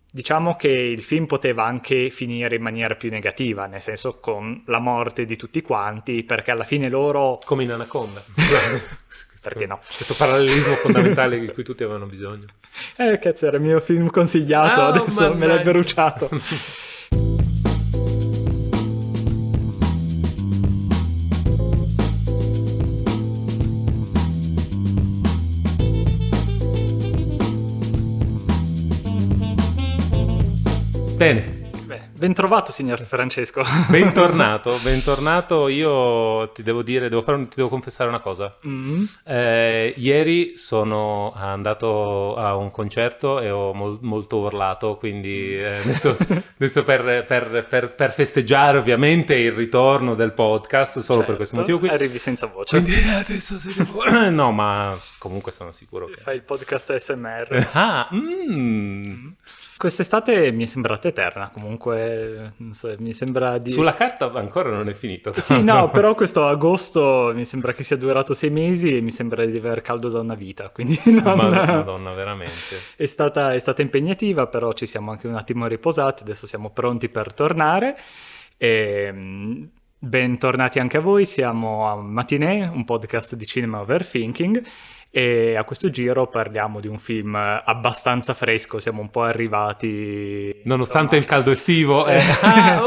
diciamo che il film poteva anche finire in maniera più negativa, nel senso con la morte di tutti quanti, perché alla fine loro... Come in Anaconda. Perché no? Questo parallelismo fondamentale di cui tutti avevano bisogno. Cazzo, era il mio film consigliato, adesso me l'hai bruciato. Bene. Ben trovato, signor Francesco. Bentornato. Io ti devo dire, ti devo confessare una cosa. Ieri sono andato a un concerto e ho molto urlato, quindi adesso per festeggiare ovviamente il ritorno del podcast, solo per questo motivo qui. Arrivi senza voce. Quindi adesso no, ma comunque sono sicuro che... Fai il podcast ASMR. Quest'estate mi è sembrata eterna, comunque, non so, mi sembra di... Sulla carta ancora non è finito. Sì, no, però questo agosto mi sembra che sia durato 6 mesi e mi sembra di aver caldo da una vita, quindi Madonna, veramente. È stata impegnativa, però ci siamo anche un attimo riposati, adesso siamo pronti per tornare. Bentornati anche a voi, siamo a Matinee, un podcast di cinema overthinking. E a questo giro parliamo di un film abbastanza fresco, siamo un po' arrivati... Nonostante il caldo estivo. Basta.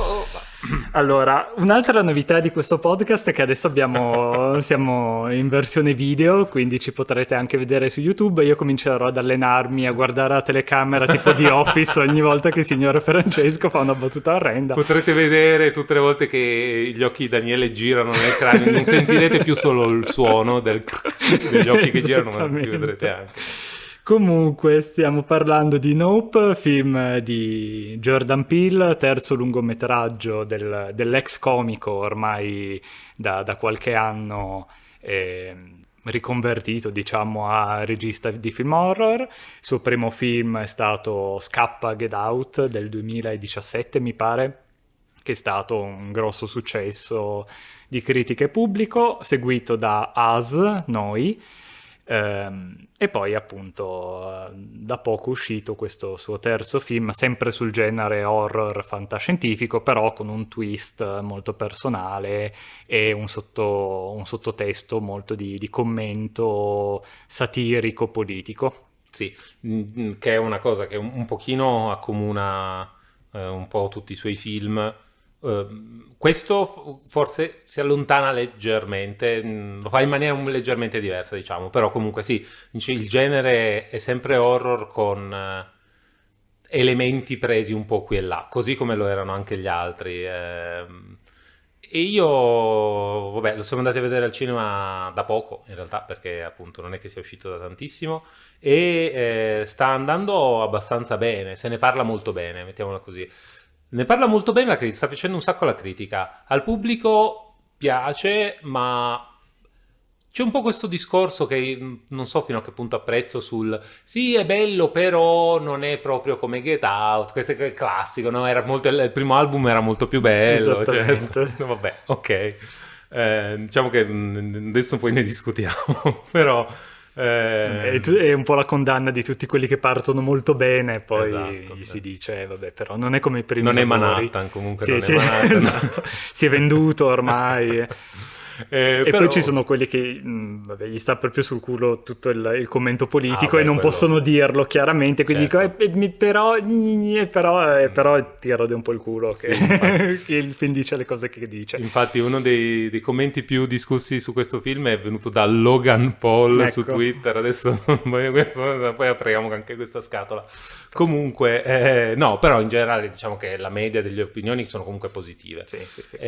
Allora, un'altra novità di questo podcast è che adesso siamo in versione video, quindi ci potrete anche vedere su YouTube. Io comincerò ad allenarmi a guardare la telecamera tipo di Office ogni volta che il signor Francesco fa una battuta orrenda. Potrete vedere tutte le volte che gli occhi di Daniele girano nel cranio, non sentirete più solo il suono degli occhi che girano, ma li vedrete anche. Comunque stiamo parlando di Nope, film di Jordan Peele, terzo lungometraggio dell'ex comico ormai da qualche anno riconvertito, diciamo, a regista di film horror. Il suo primo film è stato Scappa, Get Out del 2017, mi pare, che è stato un grosso successo di critica e pubblico, seguito da Us, Noi. E poi appunto da poco uscito questo suo terzo film, sempre sul genere horror fantascientifico, però con un twist molto personale e un sottotesto molto di commento satirico politico. Sì, che è una cosa che un pochino accomuna un po' tutti i suoi film. Questo forse si allontana leggermente, lo fa in maniera leggermente diversa, diciamo, però comunque sì, il genere è sempre horror con elementi presi un po' qui e là, così come lo erano anche gli altri. E io, vabbè, lo siamo andati a vedere al cinema da poco, in realtà, perché appunto non è che sia uscito da tantissimo, e sta andando abbastanza bene, se ne parla molto bene, mettiamola così. Ne parla molto bene, sta facendo un sacco la critica. Al pubblico piace, ma c'è un po' questo discorso che non so fino a che punto apprezzo sul sì, è bello, però non è proprio come Get Out. Questo è classico, no? Il primo album era molto più bello. Esattamente. Cioè, vabbè, ok. Diciamo che adesso poi ne discutiamo, però... È un po' la condanna di tutti quelli che partono molto bene, poi esatto, gli si dice vabbè, però non è come i primi non lavori. È Manhattan comunque, sì, non è Manhattan. Esatto. Si è venduto ormai. E però... poi ci sono quelli che vabbè, gli sta proprio sul culo tutto il commento politico e non quello... possono dirlo chiaramente, quindi certo. dico però tirate un po' il culo che, sì, che il film dice le cose che dice. Infatti uno dei commenti più discussi su questo film è venuto da Logan Paul, ecco, su Twitter. Adesso poi apriamo anche questa scatola. Comunque no, però in generale diciamo che la media delle opinioni sono comunque positive. Sì.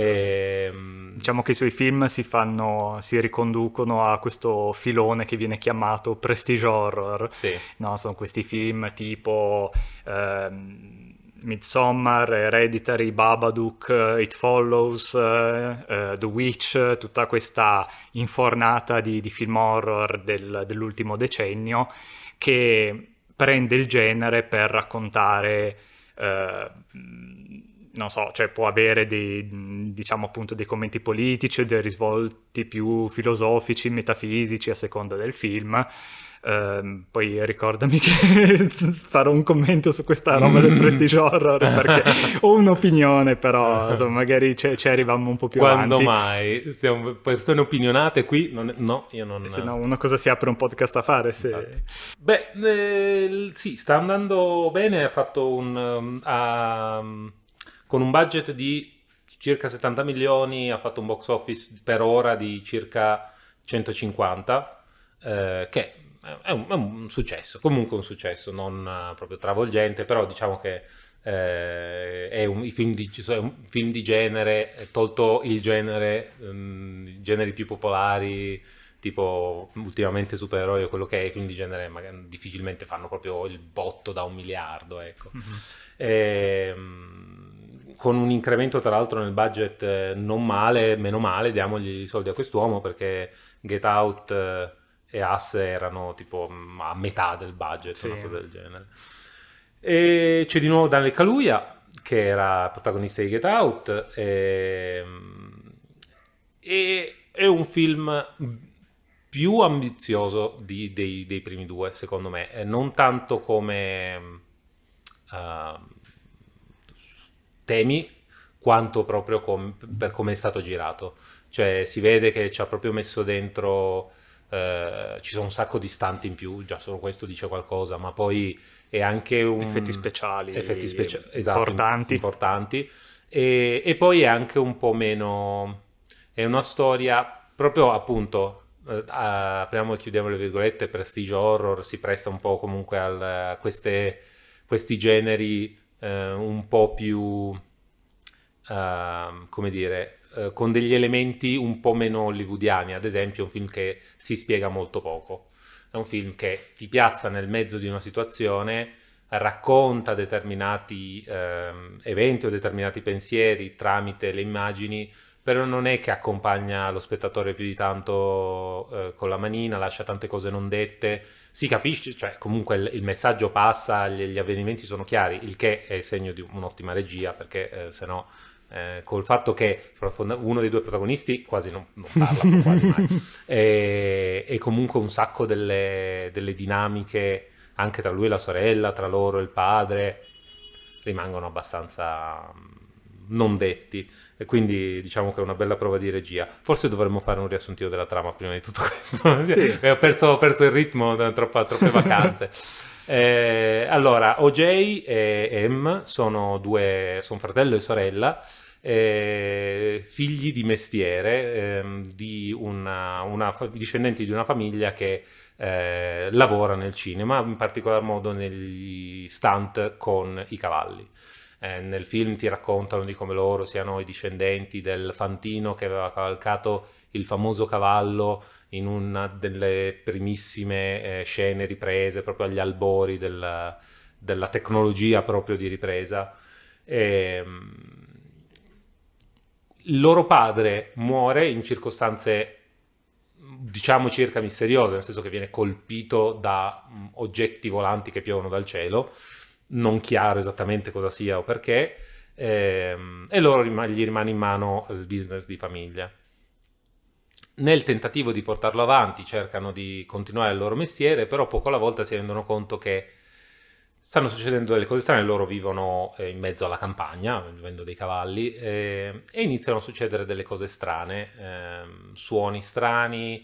Diciamo che i suoi film si riconducono a questo filone che viene chiamato prestige horror. Sì. No, sono questi film tipo Midsommar, Hereditary, Babadook, It Follows, The Witch, tutta questa infornata di film horror dell'ultimo decennio che prende il genere per raccontare non so, cioè può avere diciamo appunto dei commenti politici, dei risvolti più filosofici, metafisici a seconda del film, Poi ricordami che farò un commento su questa roba del prestige horror, perché ho un'opinione, però insomma, magari ci arriviamo un po' più Quando avanti. mai? Siamo persone opinionate qui? No, io non... Se no, una cosa si apre un podcast a fare. Se... Beh, sì, sta andando bene. Ha fatto con un budget di circa 70 milioni, ha fatto un box office per ora di circa 150, che è un successo, comunque un successo, non proprio travolgente, però diciamo che è un film di genere, tolto il genere, i generi più popolari, tipo ultimamente supereroi o quello che è, i film di genere magari difficilmente fanno proprio il botto da 1 miliardo, ecco. Con un incremento tra l'altro nel budget non male, meno male, diamogli i soldi a quest'uomo, perché Get Out e Us erano tipo a metà del budget, Sì. una cosa del genere. E c'è di nuovo Daniel Kaluuya, che era protagonista di Get Out, e è un film più ambizioso dei primi due, secondo me, non tanto come temi, quanto proprio per come è stato girato. Cioè si vede che ci ha proprio messo dentro, ci sono un sacco di istanti in più, già solo questo dice qualcosa, ma poi è anche un... effetti speciali esatto, importanti. E poi è anche un po' meno... È una storia proprio appunto, apriamo e chiudiamo le virgolette, prestige horror, si presta un po' comunque a questi generi un po' più, come dire, con degli elementi un po' meno hollywoodiani. Ad esempio, è un film che si spiega molto poco. È un film che ti piazza nel mezzo di una situazione, racconta determinati eventi o determinati pensieri tramite le immagini, però non è che accompagna lo spettatore più di tanto con la manina, lascia tante cose non dette, si capisce, cioè comunque il messaggio passa, gli avvenimenti sono chiari, il che è segno di un'ottima regia, perché se no col fatto che uno dei due protagonisti quasi non parla quasi mai, e comunque un sacco delle dinamiche anche tra lui e la sorella, tra loro e il padre, rimangono abbastanza non detti, e quindi diciamo che è una bella prova di regia. Forse dovremmo fare un riassuntino della trama prima di tutto questo. Sì. Ho perso il ritmo da troppe vacanze. Allora, OJ e M sono fratello e sorella, figli di mestiere, discendenti di una famiglia che lavora nel cinema, in particolar modo negli stunt con i cavalli. Nel film ti raccontano di come loro siano i discendenti del fantino che aveva cavalcato il famoso cavallo in una delle primissime scene riprese proprio agli albori della tecnologia proprio di ripresa. Il loro padre muore in circostanze diciamo circa misteriose, nel senso che viene colpito da oggetti volanti che piovono dal cielo, non chiaro esattamente cosa sia o perché, e loro gli rimane in mano il business di famiglia. Nel tentativo di portarlo avanti cercano di continuare il loro mestiere, però poco alla volta si rendono conto che stanno succedendo delle cose strane. Loro vivono in mezzo alla campagna, vivendo dei cavalli, e iniziano a succedere delle cose strane, suoni strani,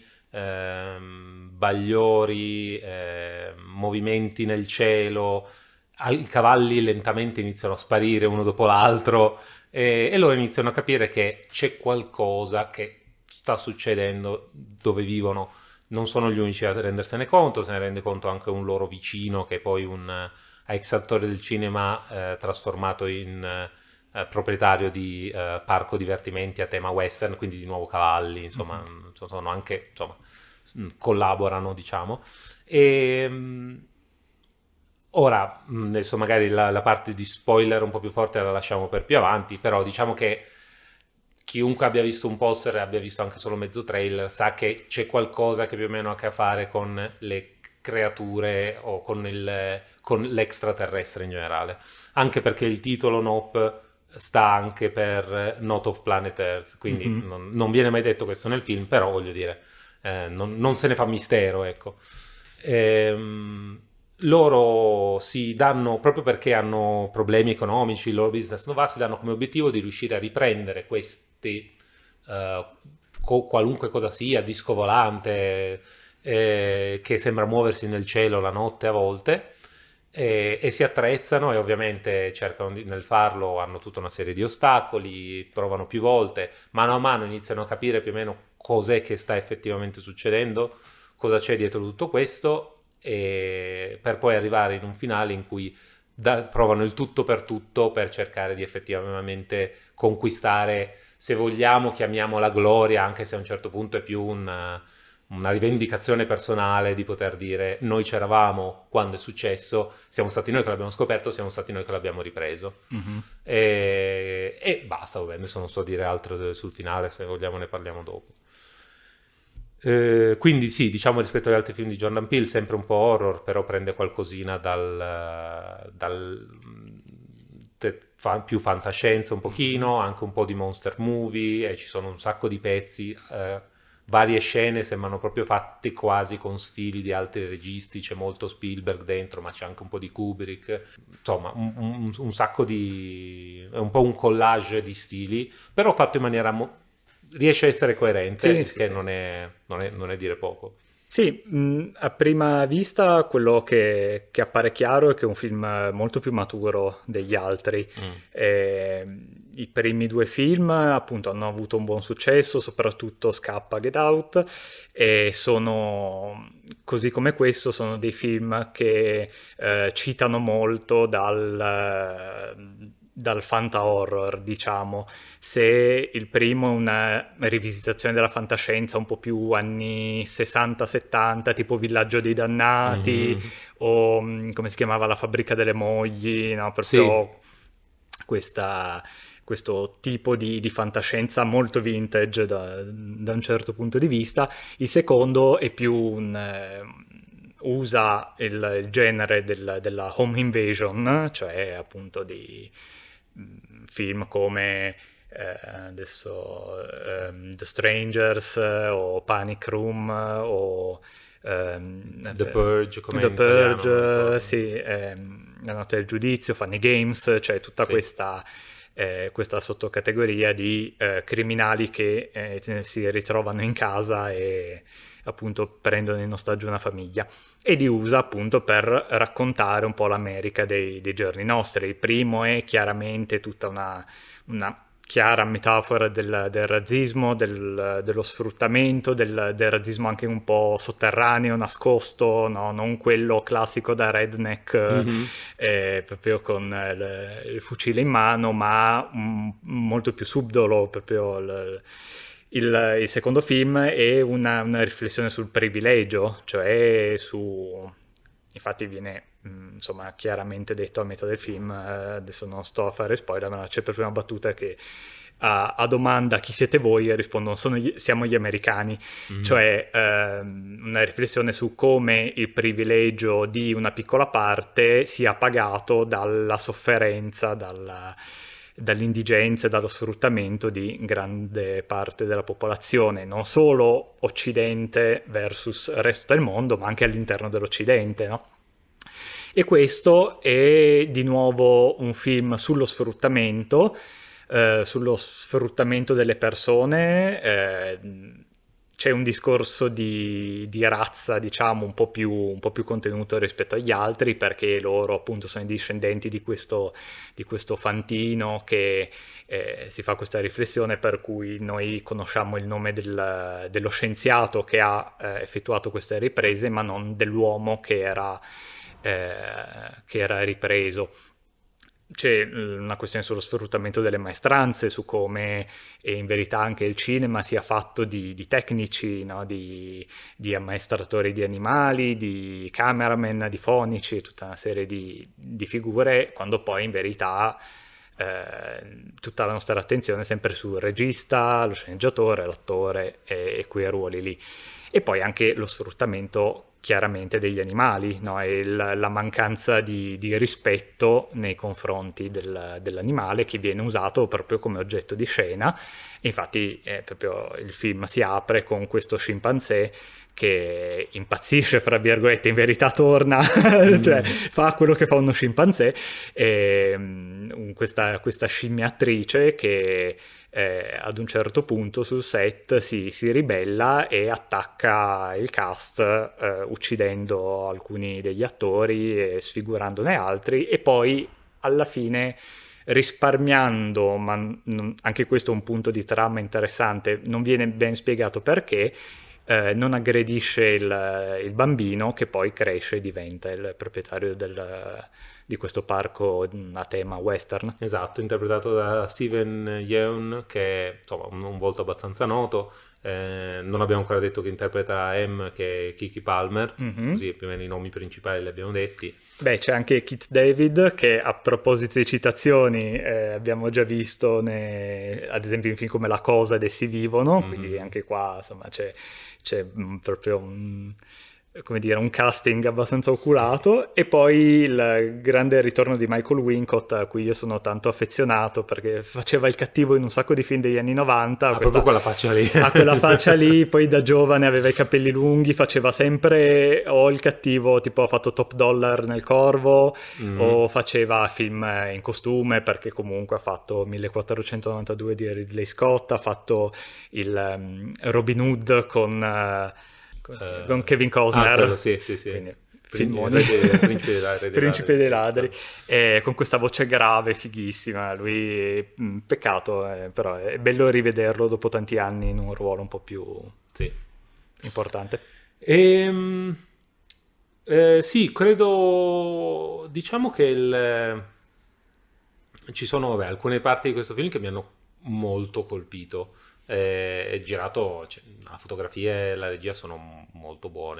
bagliori, movimenti nel cielo. I cavalli lentamente iniziano a sparire uno dopo l'altro, e loro iniziano a capire che c'è qualcosa che sta succedendo dove vivono. Non sono gli unici a rendersene conto, se ne rende conto anche un loro vicino, che è poi un ex attore del cinema trasformato in proprietario di parco divertimenti a tema western, quindi di nuovo cavalli, insomma, sono anche, insomma, collaborano, diciamo. E ora, adesso magari la parte di spoiler un po' più forte la lasciamo per più avanti, però diciamo che chiunque abbia visto un poster e abbia visto anche solo mezzo trailer sa che c'è qualcosa che più o meno ha a che fare con le creature o con l'extraterrestre in generale, anche perché il titolo Nope sta anche per Not of Planet Earth, quindi non viene mai detto questo nel film, però voglio dire, non se ne fa mistero, ecco. Loro si danno, proprio perché hanno problemi economici, il loro business non va, si danno come obiettivo di riuscire a riprendere questi, qualunque cosa sia, disco volante, che sembra muoversi nel cielo la notte a volte, e si attrezzano e ovviamente cercano nel farlo, hanno tutta una serie di ostacoli, provano più volte, mano a mano iniziano a capire più o meno cos'è che sta effettivamente succedendo, cosa c'è dietro tutto questo, e per poi arrivare in un finale in cui provano il tutto per cercare di effettivamente conquistare, se vogliamo, chiamiamola gloria, anche se a un certo punto è più una rivendicazione personale di poter dire noi c'eravamo quando è successo, siamo stati noi che l'abbiamo scoperto, siamo stati noi che l'abbiamo ripreso. Mhm. E basta, vabbè, adesso non so dire altro sul finale, se vogliamo ne parliamo dopo. Quindi sì, diciamo rispetto agli altri film di Jordan Peele, sempre un po' horror, però prende qualcosina più fantascienza un pochino, anche un po' di monster movie, e ci sono un sacco di pezzi, varie scene sembrano proprio fatte quasi con stili di altri registi, c'è molto Spielberg dentro, ma c'è anche un po' di Kubrick, insomma un sacco di... è un po' un collage di stili, però fatto in maniera... riesce a essere coerente, Sì, sì, che sì. non è dire poco. Sì, a prima vista quello che appare chiaro è che è un film molto più maturo degli altri. Mm. I primi due film appunto hanno avuto un buon successo, soprattutto Scappa, Get Out, e sono, così come questo, sono dei film che citano molto dal fanta horror, diciamo. Se il primo è una rivisitazione della fantascienza un po' più anni 60-70, tipo Villaggio dei Dannati, Mhm. o come si chiamava La fabbrica delle mogli, no? Sì, Proprio questa, questo tipo di fantascienza molto vintage da un certo punto di vista. Il secondo è più usa il genere della home invasion, cioè appunto di film come adesso The Strangers o Panic Room o The Purge, come The in italiano, non Purge, ricordo. sì, La notte del giudizio, Funny Games, cioè tutta Sì. questa sottocategoria di criminali che si ritrovano in casa e appunto prendono in ostaggio una famiglia, e li usa appunto per raccontare un po' l'America dei giorni nostri. Il primo è chiaramente tutta una chiara metafora del razzismo, dello sfruttamento, del razzismo anche un po' sotterraneo, nascosto, no? Non quello classico da redneck, Mhm. proprio con il fucile in mano, ma molto più subdolo, proprio il secondo film è una riflessione sul privilegio, cioè su... Infatti viene insomma chiaramente detto a metà del film, adesso non sto a fare spoiler, ma c'è proprio una battuta che a domanda chi siete voi rispondono siamo gli americani, Mhm. cioè una riflessione su come il privilegio di una piccola parte sia pagato dalla sofferenza, dall'indigenza e dallo sfruttamento di grande parte della popolazione, non solo Occidente versus il resto del mondo, ma anche all'interno dell'Occidente, no? E questo è di nuovo un film sullo sfruttamento delle persone. C'è un discorso di razza, diciamo, un po' più contenuto rispetto agli altri, perché loro appunto sono i discendenti di questo fantino che si fa questa riflessione per cui noi conosciamo il nome dello scienziato che ha effettuato queste riprese, ma non dell'uomo che era ripreso. C'è una questione sullo sfruttamento delle maestranze, su come in verità anche il cinema sia fatto di tecnici, no? Di ammaestratori di animali, di cameraman, di fonici, tutta una serie di figure, quando poi in verità tutta la nostra attenzione è sempre sul regista, lo sceneggiatore, l'attore e quei ruoli lì. E poi anche lo sfruttamento chiaramente degli animali, no? E la mancanza di rispetto nei confronti dell'animale che viene usato proprio come oggetto di scena. Infatti proprio il film si apre con questo scimpanzé che impazzisce, fra virgolette, in verità torna, cioè fa quello che fa uno scimpanzé, e questa scimmiatrice che ad un certo punto sul set si ribella e attacca il cast, uccidendo alcuni degli attori e sfigurandone altri, e poi alla fine risparmiando, ma anche questo è un punto di trama interessante, non viene ben spiegato perché, non aggredisce il bambino che poi cresce e diventa il proprietario di questo parco a tema western. Esatto, interpretato da Steven Yeun, che è insomma un volto abbastanza noto. Non abbiamo ancora detto che interpreta M, che è Kiki Palmer, così più o meno i nomi principali li abbiamo detti. Beh, c'è anche Keith David che, a proposito di citazioni, abbiamo già visto ad esempio in film come La Cosa ed Essi Vivono, quindi anche qua insomma c'è proprio come dire, un casting abbastanza oculato. E poi il grande ritorno di Michael Wincott, a cui io sono tanto affezionato perché faceva il cattivo in un sacco di film degli anni 90. Proprio quella faccia lì. Ha quella faccia lì, poi da giovane aveva i capelli lunghi, faceva sempre o il cattivo, tipo ha fatto Top Dollar nel Corvo, o faceva film in costume, perché comunque ha fatto 1492 di Ridley Scott, ha fatto il Robin Hood con Kevin Costner. Quello, sì. Quindi, Principe dei ladri, con questa voce grave, fighissima. Lui, peccato, però è bello rivederlo dopo tanti anni in un ruolo un po' più importante. Sì, credo, diciamo che ci sono alcune parti di questo film che mi hanno molto colpito. È girato, cioè, la fotografia e la regia sono molto buone.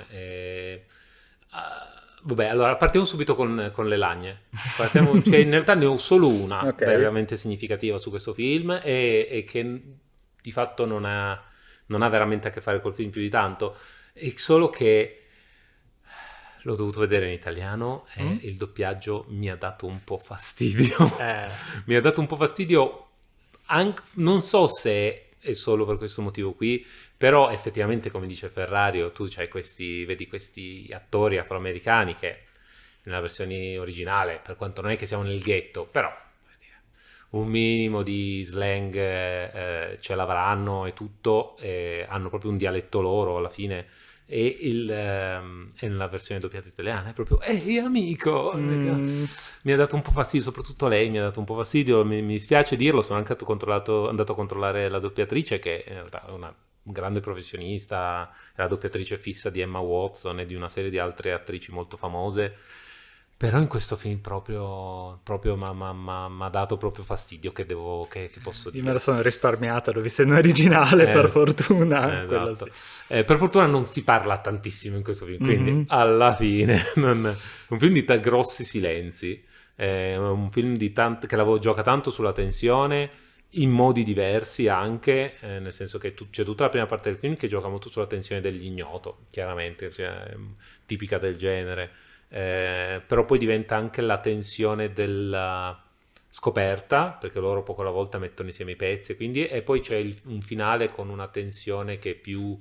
Vabbè, allora partiamo subito con le lagne. Cioè, in realtà ne ho solo una veramente significativa su questo film, e che di fatto non ha veramente a che fare col film più di tanto. È solo che l'ho dovuto vedere in italiano e il doppiaggio mi ha dato un po' fastidio. Mi ha dato un po' fastidio, non so se è solo per questo motivo qui, però effettivamente, come dice Ferrario, tu vedi questi attori afroamericani che nella versione originale, per quanto non è che siamo nel ghetto, però un minimo di slang ce l'avranno e tutto, hanno proprio un dialetto loro alla fine. E nella versione doppiata italiana è proprio ehi amico, mi ha dato un po' fastidio, soprattutto lei mi ha dato un po' fastidio, mi dispiace dirlo. Sono anche andato a controllare la doppiatrice, che in realtà è una grande professionista, è la doppiatrice fissa di Emma Watson e di una serie di altre attrici molto famose. Però in questo film proprio mi ha dato proprio fastidio, che posso dire. Io me lo sono risparmiata, l'ho visto in originale, per fortuna. Esatto. Per fortuna non si parla tantissimo in questo film, quindi alla fine un film di grossi silenzi, un film che gioca tanto sulla tensione, in modi diversi anche, nel senso che c'è tutta la prima parte del film che gioca molto sulla tensione dell'ignoto, chiaramente, cioè, tipica del genere. Però poi diventa anche la tensione della scoperta, perché loro poco alla volta mettono insieme i pezzi, e poi c'è un finale con una tensione che è più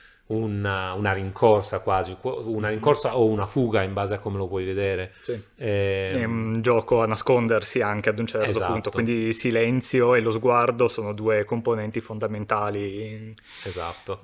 una rincorsa, quasi una rincorsa o una fuga, in base a come lo puoi vedere. È un gioco a nascondersi anche ad un certo punto, quindi il silenzio e lo sguardo sono due componenti fondamentali. Esatto.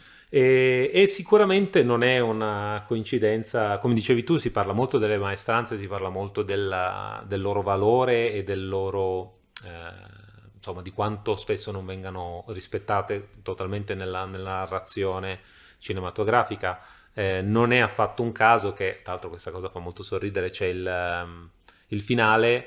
E sicuramente non è una coincidenza, come dicevi tu, si parla molto delle maestranze, si parla molto del loro valore e del loro, insomma, di quanto spesso non vengano rispettate totalmente nella narrazione cinematografica. Non è affatto un caso che, tra l'altro questa cosa fa molto sorridere, c'è il finale,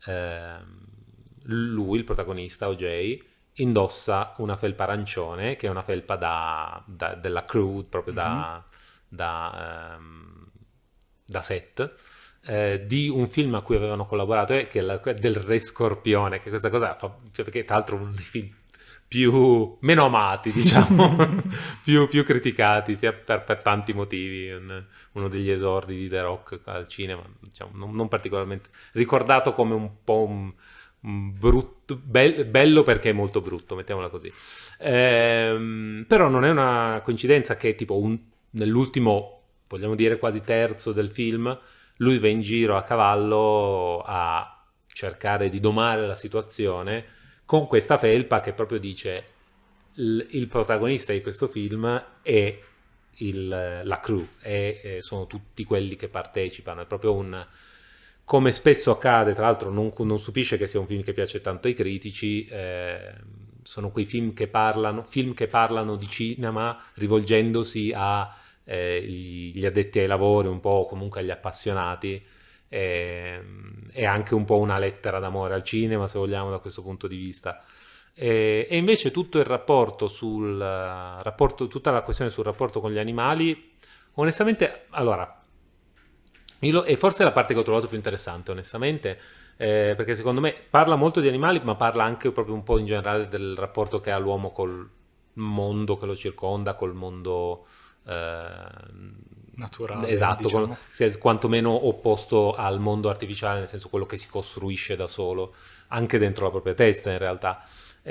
lui, il protagonista, O.J., indossa una felpa arancione, che è una felpa della crew, proprio da set, di un film a cui avevano collaborato, che è del Re Scorpione, che questa cosa perché tra l'altro uno dei film meno amati, diciamo, più criticati, sia per tanti motivi. Uno degli esordi di The Rock al cinema, diciamo, non particolarmente ricordato come un po' un brutto, bello perché è molto brutto, mettiamola così. Però non è una coincidenza che tipo nell'ultimo, vogliamo dire quasi terzo del film, lui va in giro a cavallo a cercare di domare la situazione con questa felpa che proprio dice il protagonista di questo film è la crew e sono tutti quelli che partecipano. È proprio come spesso accade, tra l'altro non stupisce che sia un film che piace tanto ai critici, sono quei film che parlano di cinema rivolgendosi agli addetti ai lavori, un po' comunque agli appassionati. È anche un po' una lettera d'amore al cinema, se vogliamo, da questo punto di vista. E invece tutto il rapporto tutta la questione sul rapporto con gli animali, onestamente, allora, e forse è la parte che ho trovato più interessante, onestamente, perché secondo me parla molto di animali, ma parla anche proprio un po' in generale del rapporto che ha l'uomo col mondo che lo circonda, col mondo naturale, esatto, diciamo. quantomeno opposto al mondo artificiale, nel senso quello che si costruisce da solo, anche dentro la propria testa in realtà.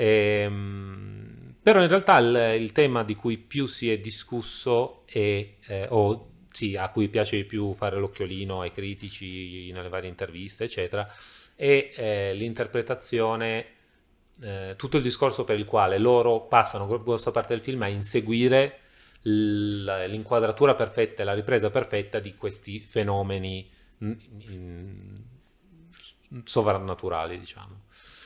Però in realtà il tema di cui più si è discusso sì, a cui piace di più fare l'occhiolino ai critici nelle varie interviste, eccetera, è l'interpretazione, tutto il discorso per il quale loro passano grossa parte del film a inseguire l'inquadratura perfetta e la ripresa perfetta di questi fenomeni sovrannaturali, diciamo.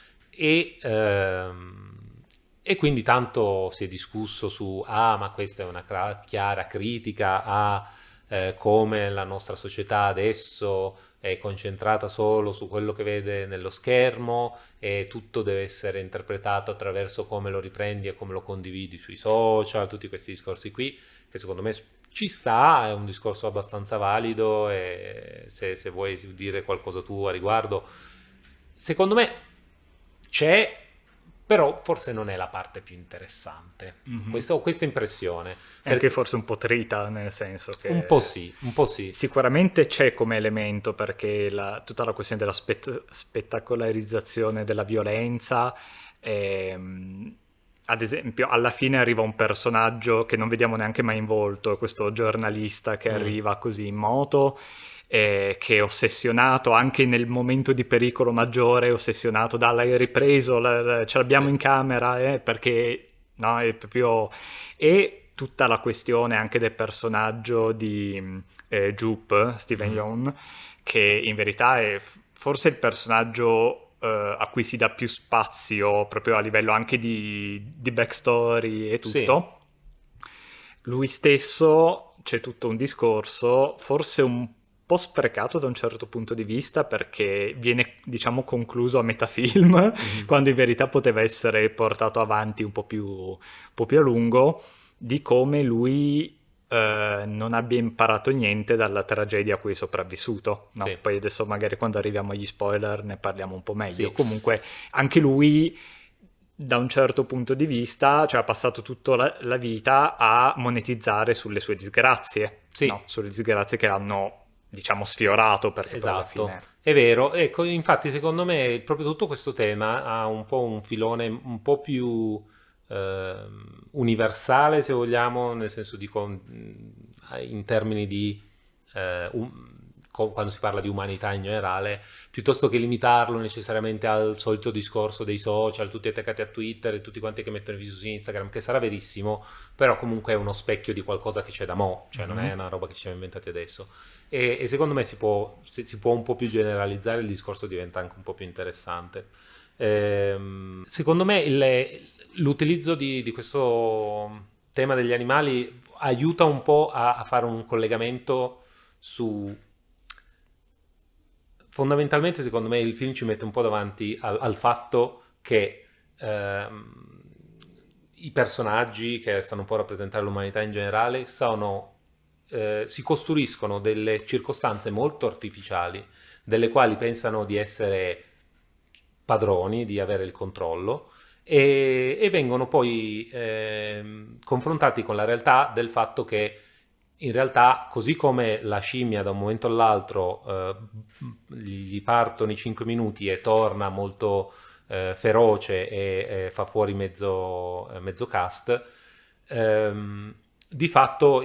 E quindi tanto si è discusso ma questa è una chiara critica a come la nostra società adesso è concentrata solo su quello che vede nello schermo e tutto deve essere interpretato attraverso come lo riprendi e come lo condividi sui social, tutti questi discorsi qui, che secondo me ci sta, è un discorso abbastanza valido, e se vuoi dire qualcosa tu a riguardo, secondo me c'è, però forse non è la parte più interessante. Ho questa impressione. È anche forse un po' trita, nel senso che un po' sì. Sicuramente c'è come elemento, perché tutta la questione della spettacolarizzazione della violenza, ad esempio alla fine arriva un personaggio che non vediamo neanche mai in volto, questo giornalista che arriva così in moto, che è ossessionato anche nel momento di pericolo maggiore, ossessionato l'hai ripreso, ce l'abbiamo in camera, perché no, è proprio... E tutta la questione anche del personaggio di Jupe, Steven Yeun, che in verità è forse il personaggio a cui si dà più spazio proprio a livello anche di backstory e tutto. Sì. Lui stesso, c'è tutto un discorso, forse un po' sprecato da un certo punto di vista, perché viene, diciamo, concluso a metà film, quando in verità poteva essere portato avanti un po' più a lungo, di come lui non abbia imparato niente dalla tragedia a cui è sopravvissuto, no? Sì. Poi adesso magari quando arriviamo agli spoiler ne parliamo un po' meglio. Sì. Comunque anche lui da un certo punto di vista, cioè ha passato tutta la vita a monetizzare sulle sue disgrazie, sì. No? Sulle disgrazie che l'hanno, diciamo, sfiorato, perché esatto, alla fine... è vero. Ecco, infatti secondo me proprio tutto questo tema ha un po' un filone un po' più universale, se vogliamo, nel senso in termini di quando si parla di umanità in generale, piuttosto che limitarlo necessariamente al solito discorso dei social, tutti attaccati a Twitter e tutti quanti che mettono i video su Instagram, che sarà verissimo, però comunque è uno specchio di qualcosa che c'è da mo', cioè non è una roba che ci siamo inventati adesso, e secondo me si può un po' più generalizzare, il discorso diventa anche un po' più interessante. Secondo me l'utilizzo di questo tema degli animali aiuta un po' a fare un collegamento fondamentalmente, secondo me il film ci mette un po' davanti al fatto che i personaggi che stanno un po' a rappresentare l'umanità in generale si costruiscono delle circostanze molto artificiali, delle quali pensano di essere padroni, di avere il controllo, e vengono poi confrontati con la realtà del fatto che in realtà, così come la scimmia da un momento all'altro gli partono i 5 minuti e torna molto feroce e fa fuori mezzo cast, di fatto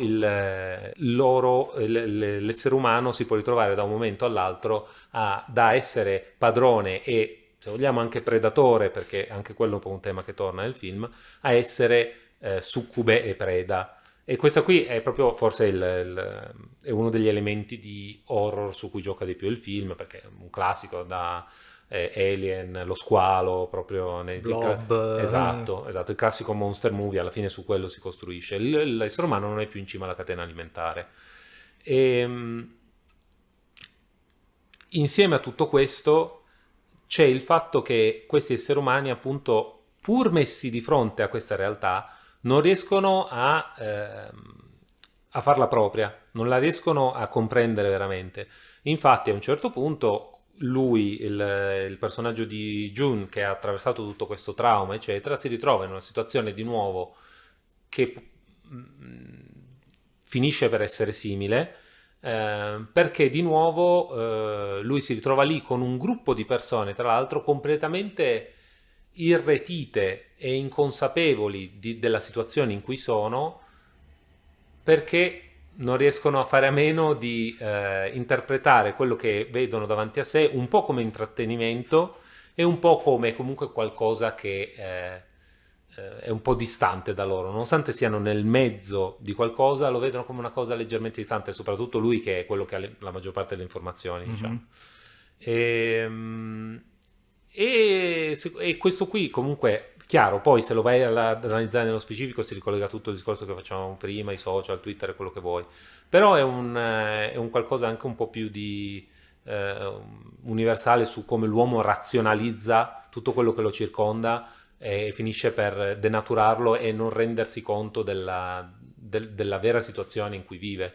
l'essere umano si può ritrovare da un momento all'altro da essere padrone e, se vogliamo, anche predatore, perché anche quello è un po' un tema che torna nel film, a essere succube e preda. E questo qui è proprio forse è uno degli elementi di horror su cui gioca di più il film, perché è un classico da Alien, lo squalo, proprio Blob. esatto, il classico monster movie, alla fine su quello si costruisce. L'essere umano non è più in cima alla catena alimentare. E, insieme a tutto questo c'è il fatto che questi esseri umani, appunto, pur messi di fronte a questa realtà, non riescono a farla propria, non la riescono a comprendere veramente. Infatti, a un certo punto, lui, il personaggio di June, che ha attraversato tutto questo trauma, eccetera, si ritrova in una situazione di nuovo che finisce per essere simile, perché di nuovo lui si ritrova lì con un gruppo di persone, tra l'altro, completamente irretite e inconsapevoli della situazione in cui sono, perché non riescono a fare a meno di interpretare quello che vedono davanti a sé un po' come intrattenimento e un po' come comunque qualcosa che è un po' distante da loro, nonostante siano nel mezzo di qualcosa, lo vedono come una cosa leggermente distante, soprattutto lui, che è quello che ha la maggior parte delle informazioni, diciamo. E questo qui comunque, chiaro, poi se lo vai ad analizzare nello specifico si ricollega a tutto il discorso che facevamo prima, i social, Twitter e quello che vuoi, però è un qualcosa anche un po' più di universale su come l'uomo razionalizza tutto quello che lo circonda e finisce per denaturarlo e non rendersi conto della vera situazione in cui vive.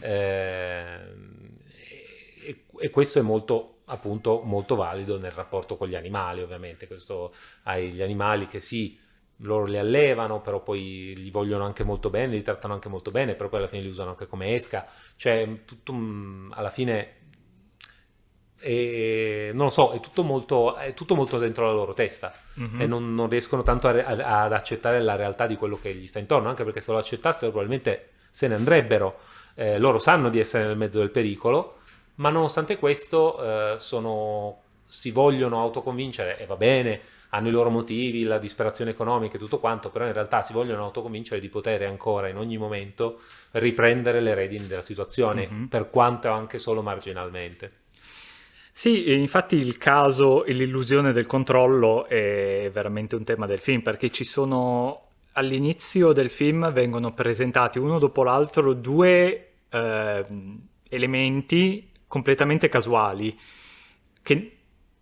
E questo è molto, appunto, molto valido nel rapporto con gli animali, ovviamente. Questo, hai gli animali che sì, loro li allevano, però poi li vogliono anche molto bene, li trattano anche molto bene, però poi alla fine li usano anche come esca. Cioè, tutto, alla fine, non lo so, è tutto molto dentro la loro testa e non riescono tanto ad accettare la realtà di quello che gli sta intorno, anche perché se lo accettassero probabilmente se ne andrebbero. Loro sanno di essere nel mezzo del pericolo, ma nonostante questo si vogliono autoconvincere, e va bene, hanno i loro motivi, la disperazione economica e tutto quanto, però in realtà si vogliono autoconvincere di poter ancora in ogni momento riprendere le redini della situazione, per quanto anche solo marginalmente. Sì, infatti il caso e l'illusione del controllo è veramente un tema del film, perché ci sono, all'inizio del film vengono presentati uno dopo l'altro due elementi completamente casuali, che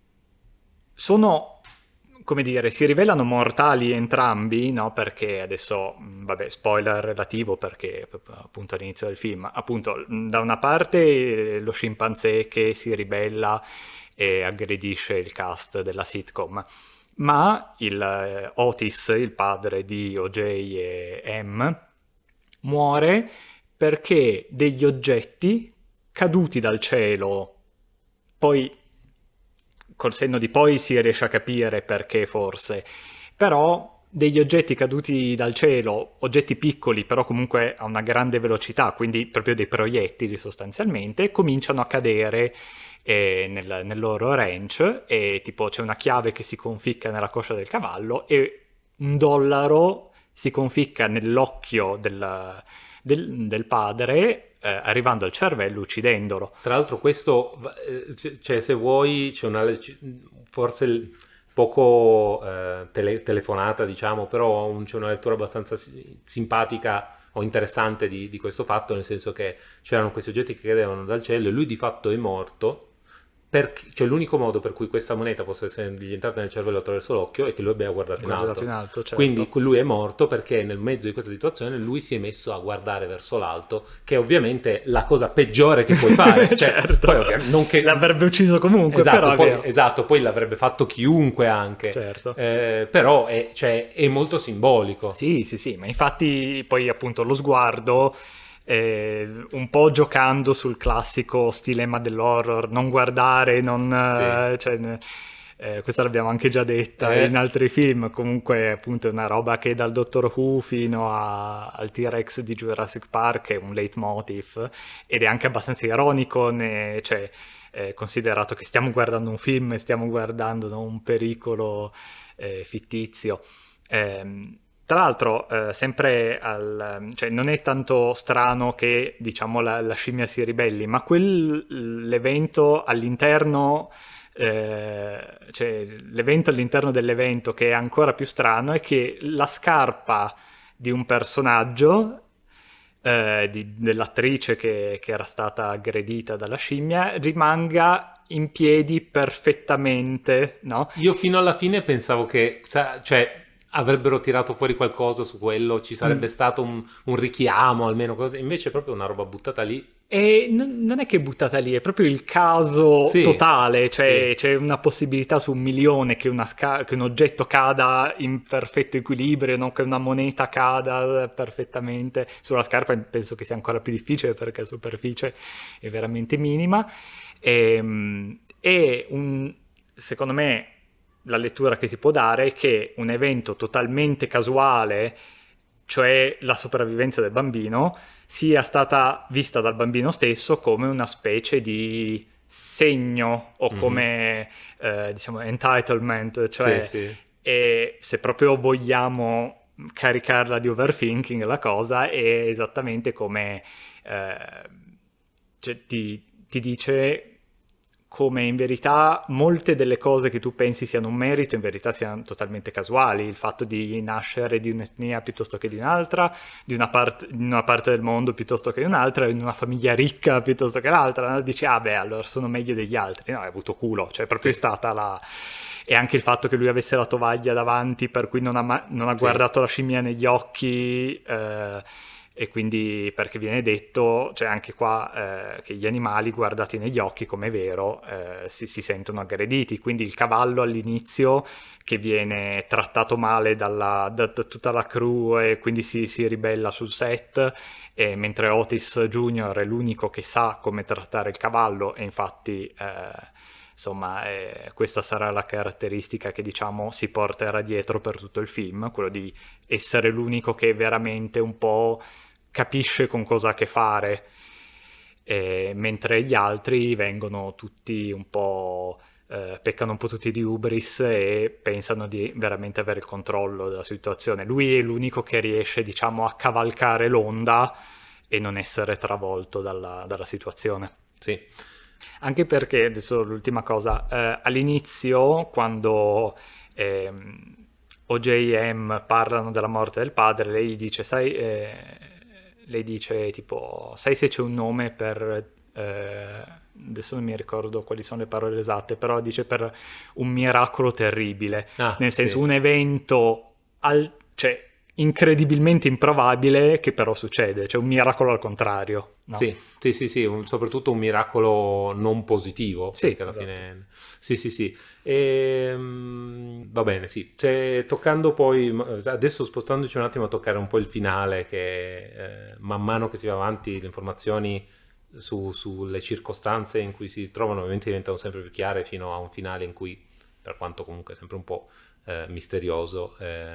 sono, come dire, si rivelano mortali entrambi, no? Perché adesso, vabbè, spoiler relativo perché appunto all'inizio del film, appunto, da una parte lo scimpanzé che si ribella e aggredisce il cast della sitcom, ma Otis, il padre di OJ e M, muore perché degli oggetti caduti dal cielo, poi col senno di poi si riesce a capire perché forse, però degli oggetti caduti dal cielo, oggetti piccoli però comunque a una grande velocità, quindi proprio dei proiettili sostanzialmente, cominciano a cadere nel loro ranch e tipo c'è una chiave che si conficca nella coscia del cavallo e un dollaro si conficca nell'occhio del padre, arrivando al cervello, uccidendolo. Tra l'altro questo, cioè, se vuoi, c'è forse poco telefonata, diciamo, però c'è una lettura abbastanza simpatica o interessante di questo fatto, nel senso che c'erano questi oggetti che cadevano dal cielo e lui di fatto è morto cioè l'unico modo per cui questa moneta possa essere entrata nel cervello attraverso l'occhio è che lui abbia guardato in alto. Certo. Quindi lui è morto perché nel mezzo di questa situazione lui si è messo a guardare verso l'alto, che è ovviamente la cosa peggiore che puoi fare. Cioè, Certo. poi, non che... L'avrebbe ucciso comunque, esatto, però poi l'avrebbe fatto chiunque anche. Certo. Però è molto simbolico. Sì, ma infatti poi appunto lo sguardo, un po' giocando sul classico stilema dell'horror, non guardare, questa l'abbiamo anche già detta in altri film, comunque appunto è una roba che dal Dottor Who fino al T-Rex di Jurassic Park è un leitmotiv, ed è anche abbastanza ironico, considerato che stiamo guardando un film e stiamo guardando un pericolo fittizio. Tra l'altro, sempre cioè non è tanto strano che diciamo la scimmia si ribelli, ma quell'evento all'interno, cioè l'evento all'interno dell'evento che è ancora più strano è che la scarpa di un personaggio, dell'attrice che era stata aggredita dalla scimmia, rimanga in piedi perfettamente, no? Io fino alla fine pensavo che, cioè, avrebbero tirato fuori qualcosa su quello, ci sarebbe stato un richiamo, almeno così. Invece è proprio una roba buttata lì. E non è che è buttata lì, è proprio il caso totale, cioè c'è una possibilità su 1.000.000 che un oggetto cada in perfetto equilibrio, non che una moneta cada perfettamente. Sulla scarpa penso che sia ancora più difficile perché la superficie è veramente minima. Secondo me la lettura che si può dare è che un evento totalmente casuale, cioè la sopravvivenza del bambino, sia stata vista dal bambino stesso come una specie di segno o come diciamo entitlement, cioè e se proprio vogliamo caricarla di overthinking la cosa è esattamente come cioè ti dice come in verità molte delle cose che tu pensi siano un merito in verità siano totalmente casuali. Il fatto di nascere di un'etnia piuttosto che di un'altra, in una parte del mondo piuttosto che in un'altra, in una famiglia ricca piuttosto che l'altra, no? Dici allora sono meglio degli altri. No, hai avuto culo, cioè proprio è stata la... E anche il fatto che lui avesse la tovaglia davanti per cui non ha guardato la scimmia negli occhi, e quindi perché viene detto, cioè anche qua, che gli animali guardati negli occhi, come è vero, si sentono aggrediti. Quindi il cavallo all'inizio che viene trattato male da tutta la crew e quindi si ribella sul set, mentre Otis Junior è l'unico che sa come trattare il cavallo, e infatti insomma questa sarà la caratteristica che diciamo si porterà dietro per tutto il film, quello di essere l'unico che veramente un po' capisce con cosa ha a che fare, mentre gli altri vengono tutti un po' peccano un po' tutti di hubris e pensano di veramente avere il controllo della situazione. Lui è l'unico che riesce diciamo a cavalcare l'onda e non essere travolto dalla situazione. Sì. Anche perché, adesso l'ultima cosa, all'inizio quando OJM parlano della morte del padre, lei dice, lei dice tipo, sai se c'è un nome per, adesso non mi ricordo quali sono le parole esatte, però dice per un miracolo terribile, nel senso un evento, cioè incredibilmente improbabile che però succede, cioè un miracolo al contrario. No? Sì, soprattutto un miracolo non positivo, perché alla fine... Sì. Va bene, sì. Cioè, toccando poi, adesso spostandoci un attimo a toccare un po' il finale, che man mano che si va avanti le informazioni sulle circostanze in cui si trovano ovviamente diventano sempre più chiare, fino a un finale in cui, per quanto comunque sempre un po' misterioso,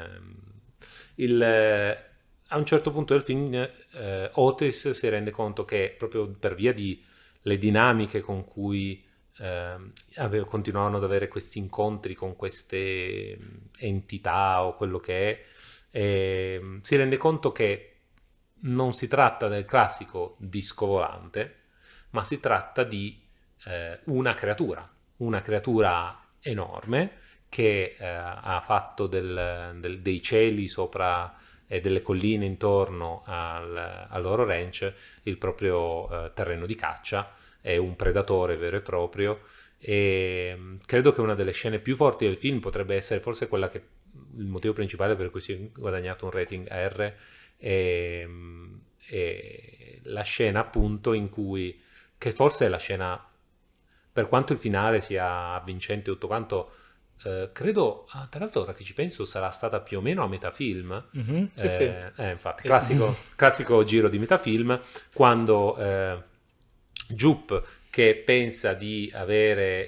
a un certo punto del film Otis si rende conto che proprio per via di le dinamiche con cui continuavano ad avere questi incontri con queste entità o quello che è, si rende conto che non si tratta del classico disco volante, ma si tratta di una creatura enorme che ha fatto dei cieli sopra e delle colline intorno al loro ranch il proprio terreno di caccia. È un predatore vero e proprio E credo che una delle scene più forti del film potrebbe essere forse quella che il motivo principale per cui si è guadagnato un rating R è, è la scena appunto in cui, che forse è la scena, per quanto il finale sia avvincente tutto quanto, credo, tra l'altro ora che ci penso sarà stata più o meno a metà film. Mhm, sì, sì. Infatti, classico giro di metà film, quando Jup, che pensa di avere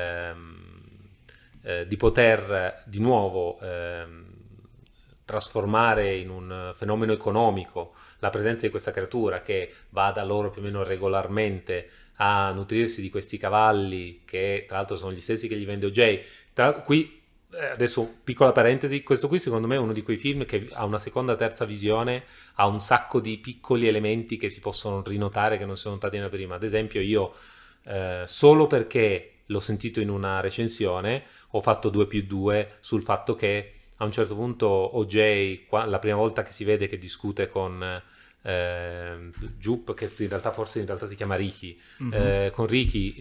di poter di nuovo trasformare in un fenomeno economico la presenza di questa creatura, che va da loro più o meno regolarmente a nutrirsi di questi cavalli, che tra l'altro sono gli stessi che gli vende OJ. Qui adesso piccola parentesi, questo qui secondo me è uno di quei film che ha una seconda terza visione, ha un sacco di piccoli elementi che si possono rinotare che non si sono notati nella prima. Ad esempio io solo perché l'ho sentito in una recensione ho fatto 2+2 sul fatto che a un certo punto OJ, la prima volta che si vede che discute con Jup, che in realtà si chiama Ricky, con Ricky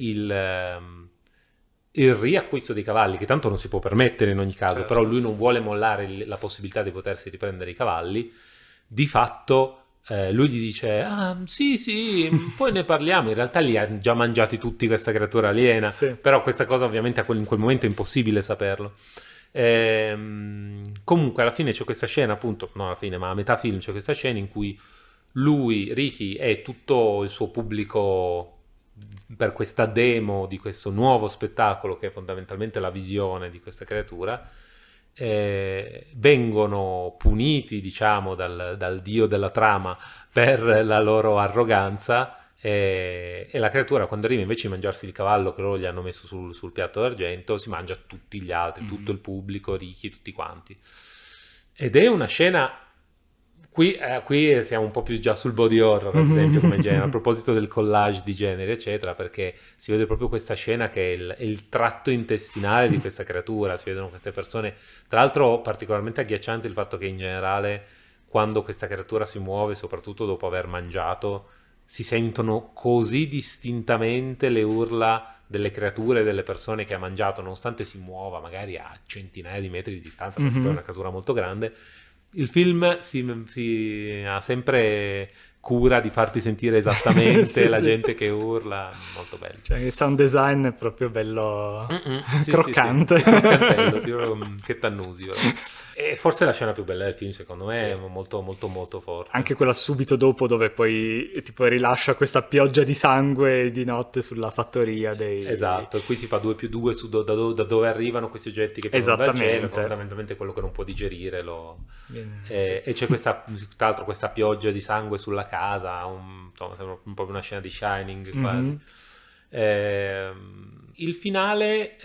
il riacquisto dei cavalli, che tanto non si può permettere in ogni caso, Certo. però lui non vuole mollare la possibilità di potersi riprendere i cavalli, di fatto lui gli dice sì, poi ne parliamo, in realtà li ha già mangiati tutti questa creatura aliena, Sì. però questa cosa ovviamente in quel momento è impossibile saperlo. Comunque alla fine c'è questa scena, appunto, no alla fine, ma a metà film c'è questa scena in cui lui, Ricky, e tutto il suo pubblico per questa demo di questo nuovo spettacolo che è fondamentalmente la visione di questa creatura, vengono puniti, diciamo, dal dio della trama per la loro arroganza, e la creatura, quando arriva invece di mangiarsi il cavallo che loro gli hanno messo sul piatto d'argento, si mangia tutti gli altri, tutto il pubblico, Ricky, tutti quanti. Ed è una scena. Qui siamo un po' più già sul body horror, ad esempio, come genere, a proposito del collage di generi, eccetera, perché si vede proprio questa scena che è il tratto intestinale di questa creatura, si vedono queste persone, tra l'altro particolarmente agghiacciante il fatto che in generale quando questa creatura si muove, soprattutto dopo aver mangiato, si sentono così distintamente le urla delle creature, delle persone che ha mangiato, nonostante si muova magari a centinaia di metri di distanza, perché poi è una creatura molto grande. Il film si ha sempre cura di farti sentire esattamente Sì, la sì. gente che urla, molto bello. Cioè, il sound design è proprio bello Sì, croccante. sì, croccantello, sì, proprio, che t'annusi. Proprio. E forse è la scena più bella del film, secondo me, è molto, molto, molto forte. Anche quella subito dopo dove poi tipo rilascia questa pioggia di sangue di notte sulla fattoria dei... Esatto, e qui si fa 2+2 su da dove arrivano questi oggetti che piovono dal cielo, fondamentalmente quello che non può digerire e c'è tra l'altro questa pioggia di sangue sulla casa, insomma, sembra proprio una scena di Shining quasi. Il finale,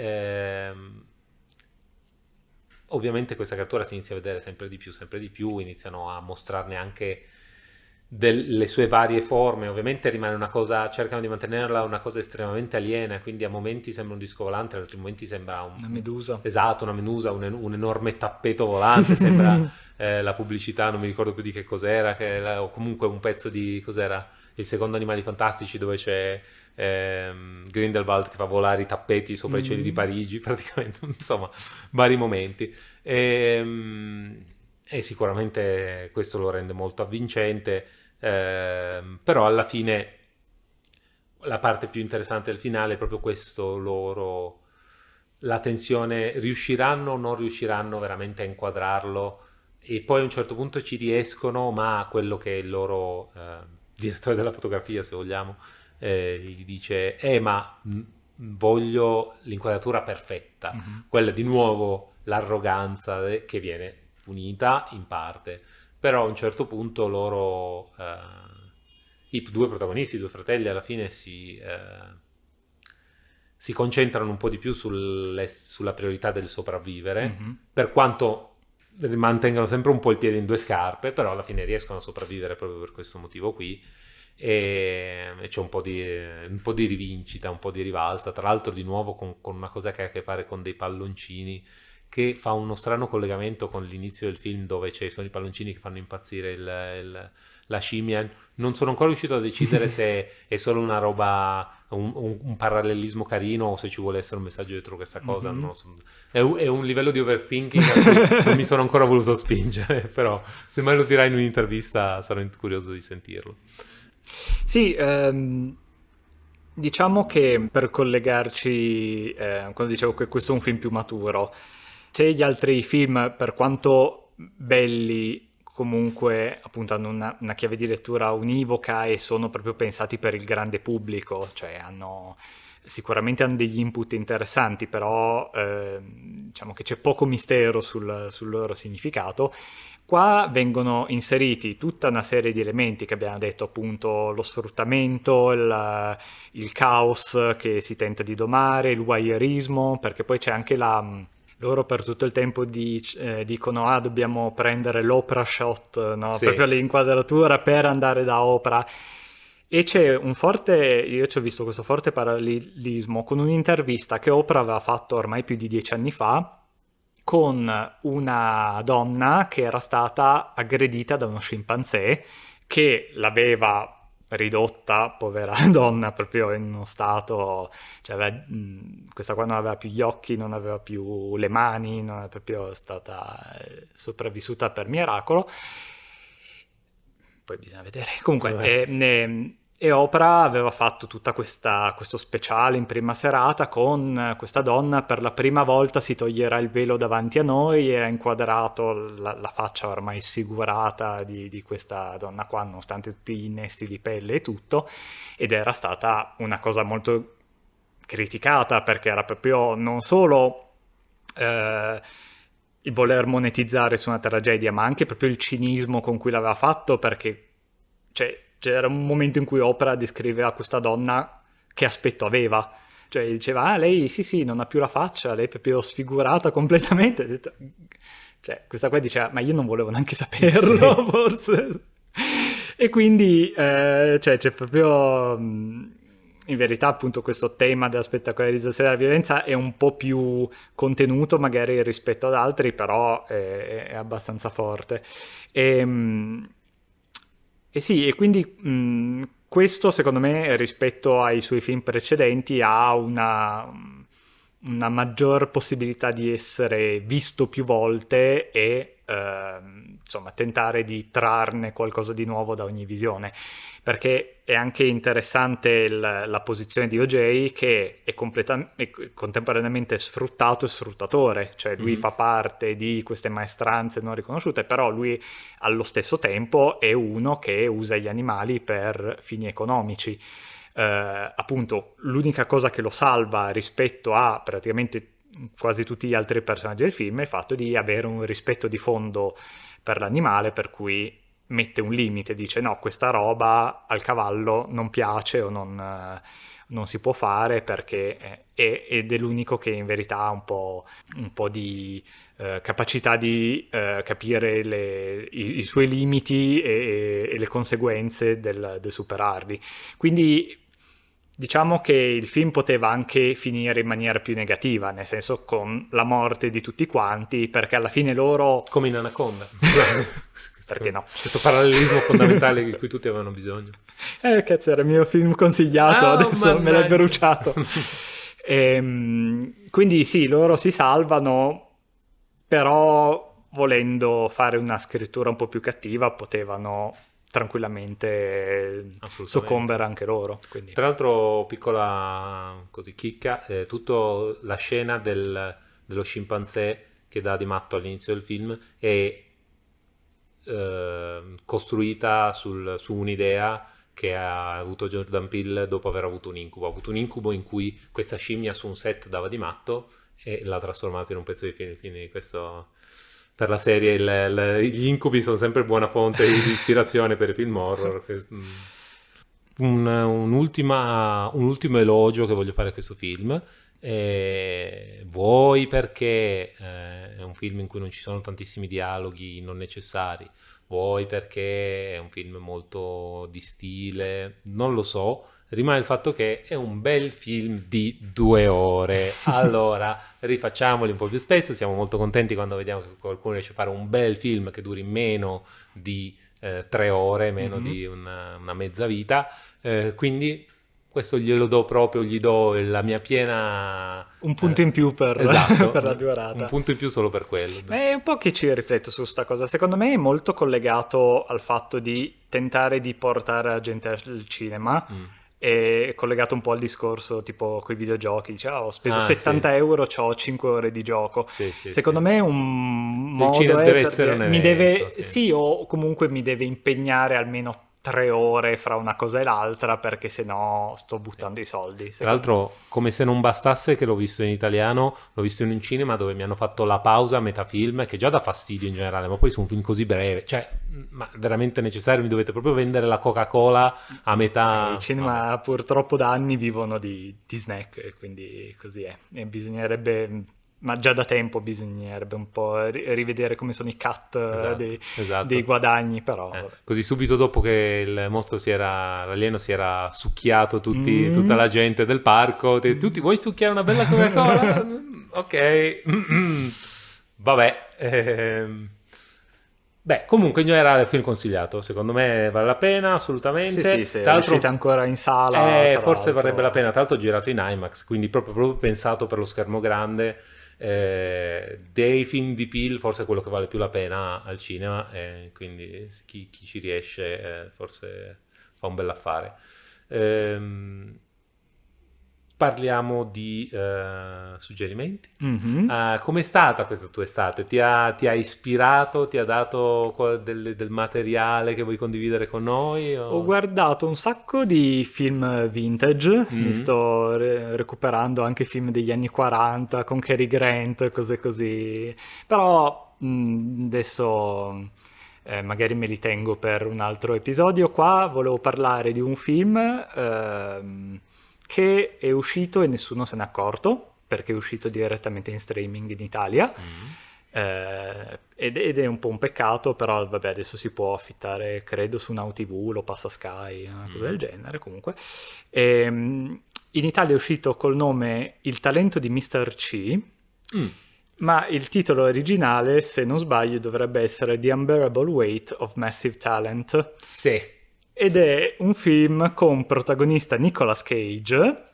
ovviamente questa creatura si inizia a vedere sempre di più, iniziano a mostrarne anche delle sue varie forme. Ovviamente rimane una cosa, cercano di mantenerla una cosa estremamente aliena, quindi a momenti sembra un disco volante, ad altri momenti sembra una medusa. Esatto, una medusa, un enorme tappeto volante, sembra la pubblicità, non mi ricordo più di che cos'era, o comunque un pezzo di, cos'era, il secondo Animali Fantastici, dove c'è Grindelwald che fa volare i tappeti sopra i cieli di Parigi, praticamente, insomma, vari momenti. E sicuramente questo lo rende molto avvincente, però alla fine la parte più interessante del finale è proprio questo la tensione, riusciranno o non riusciranno veramente a inquadrarlo, e poi a un certo punto ci riescono, ma quello che il loro direttore della fotografia, se vogliamo, gli dice ma voglio l'inquadratura perfetta, quella di nuovo l'arroganza che viene punita in parte, però a un certo punto loro i due protagonisti, i due fratelli, alla fine si concentrano un po' di più sulla priorità del sopravvivere, per quanto mantengano sempre un po' il piede in due scarpe, però alla fine riescono a sopravvivere proprio per questo motivo qui, e c'è un po' di rivincita, un po' di rivalsa, tra l'altro di nuovo con una cosa che ha a che fare con dei palloncini che fa uno strano collegamento con l'inizio del film dove sono i palloncini che fanno impazzire la scimmia. Non sono ancora riuscito a decidere se è solo una roba, un parallelismo carino o se ci vuole essere un messaggio dietro questa cosa. Non lo so. È un livello di overthinking a cui non mi sono ancora voluto spingere, però se mai lo dirai in un'intervista sarò curioso di sentirlo. Sì, diciamo che per collegarci, quando dicevo che questo è un film più maturo, se gli altri film, per quanto belli, comunque appunto hanno una chiave di lettura univoca e sono proprio pensati per il grande pubblico, cioè sicuramente hanno degli input interessanti, però diciamo che c'è poco mistero sul loro significato. Qua vengono inseriti tutta una serie di elementi che abbiamo detto, appunto lo sfruttamento, il caos che si tenta di domare, il voyeurismo, perché poi c'è anche loro per tutto il tempo dicono dobbiamo prendere l'Oprah shot, no? Sì. Proprio l'inquadratura per andare da Oprah. E c'è io ci ho visto questo forte parallelismo con un'intervista che Oprah aveva fatto ormai più di 10 anni fa con una donna che era stata aggredita da uno scimpanzé che l'aveva ridotta, povera donna, proprio in uno stato, cioè questa qua non aveva più gli occhi, non aveva più le mani, non è proprio stata sopravvissuta per miracolo. Poi bisogna vedere. Comunque, e Oprah aveva fatto tutta questo speciale in prima serata con questa donna, per la prima volta si toglierà il velo davanti a noi, era inquadrato la faccia ormai sfigurata di questa donna qua, nonostante tutti gli innesti di pelle e tutto, ed era stata una cosa molto criticata perché era proprio non solo il voler monetizzare su una tragedia, ma anche proprio il cinismo con cui l'aveva fatto, perché c'era un momento in cui Oprah descriveva questa donna che aspetto aveva, cioè diceva lei sì non ha più la faccia, lei è proprio sfigurata completamente, cioè questa qua diceva ma io non volevo neanche saperlo, sì. Forse, e quindi cioè c'è proprio in verità appunto questo tema della spettacolarizzazione della violenza è un po' più contenuto magari rispetto ad altri, però è abbastanza forte. E sì, e quindi questo secondo me rispetto ai suoi film precedenti ha una maggior possibilità di essere visto più volte e insomma tentare di trarne qualcosa di nuovo da ogni visione, perché è anche interessante la posizione di O.J. che è contemporaneamente sfruttato e sfruttatore, cioè lui fa parte di queste maestranze non riconosciute, però lui allo stesso tempo è uno che usa gli animali per fini economici. Appunto, l'unica cosa che lo salva rispetto a praticamente quasi tutti gli altri personaggi del film è il fatto di avere un rispetto di fondo per l'animale, per cui mette un limite, dice no, questa roba al cavallo non piace o non si può fare perché ed è l'unico che in verità ha un po' di capacità di capire i suoi limiti e le conseguenze del superarli. Quindi diciamo che il film poteva anche finire in maniera più negativa, nel senso con la morte di tutti quanti, perché alla fine loro... Come in Anaconda. Perché no? Questo parallelismo fondamentale di cui tutti avevano bisogno. Cazzo, era il mio film consigliato, adesso me l'hai bruciato. Quindi sì, loro si salvano, però volendo fare una scrittura un po' più cattiva potevano tranquillamente soccombere anche loro. Quindi. Tra l'altro, piccola così chicca, tutta la scena dello scimpanzé che dà di matto all'inizio del film è costruita su un'idea che ha avuto Jordan Peele dopo aver avuto un incubo. Ha avuto un incubo in cui questa scimmia su un set dava di matto e l'ha trasformato in un pezzo di film. Quindi questo, per la serie, gli incubi sono sempre buona fonte di ispirazione per i film horror. Un ultimo elogio che voglio fare a questo film, vuoi perché è un film in cui non ci sono tantissimi dialoghi non necessari, vuoi perché è un film molto di stile, non lo so, rimane il fatto che è un bel film di 2 ore. Allora, rifacciamoli un po' più spesso. Siamo molto contenti quando vediamo che qualcuno riesce a fare un bel film che duri meno di 3 ore, meno di una mezza vita. Quindi questo glielo do proprio, gli do la mia piena... Un punto in più per, esatto, per la durata. Un punto in più solo per quello. È un po' che ci rifletto su sta cosa. Secondo me è molto collegato al fatto di tentare di portare la gente al cinema. È collegato un po' al discorso tipo con i videogiochi. Dice, ho speso 70 euro, ho 5 ore di gioco. Secondo me un modo il cinema deve essere un evento, sì, o comunque mi deve impegnare almeno 3 ore fra una cosa e l'altra, perché sennò sto buttando i soldi. Tra l'altro, come se non bastasse che l'ho visto in italiano, l'ho visto in un cinema dove mi hanno fatto la pausa a metà film, che già dà fastidio in generale, ma poi su un film così breve, cioè, ma veramente necessario? Mi dovete proprio vendere la Coca-Cola a metà? I cinema purtroppo da anni vivono di snack, quindi così è. E bisognerebbe... Ma già da tempo bisognerebbe un po' rivedere come sono i cut dei guadagni, però... Così subito dopo che l'alieno si era succhiato tutta la gente del parco, tutti vuoi succhiare una bella Coca-Cola? Ok. Vabbè. Beh, comunque in generale è un film consigliato, secondo me vale la pena assolutamente. Sì, se è uscita ancora in sala. Forse varrebbe la pena, tra l'altro girato in IMAX, quindi proprio pensato per lo schermo grande. Dei film di Peele forse è quello che vale più la pena al cinema, quindi chi ci riesce forse fa un bell'affare. Parliamo di suggerimenti. Com'è stata questa tua estate? Ti ha ispirato? Ti ha dato del materiale che vuoi condividere con noi? Ho guardato un sacco di film vintage, mi sto recuperando anche film degli anni 40 con Cary Grant, cose così, però adesso magari me li tengo per un altro episodio. Qua volevo parlare di un film che è uscito e nessuno se n'è accorto, perché è uscito direttamente in streaming in Italia, ed è un po' un peccato, però vabbè, adesso si può affittare, credo, su Now TV, lo passa Sky, una cosa del genere comunque. In Italia è uscito col nome Il talento di Mr. C, ma il titolo originale, se non sbaglio, dovrebbe essere The Unbearable Weight of Massive Talent. Sì. Ed è un film con protagonista Nicolas Cage,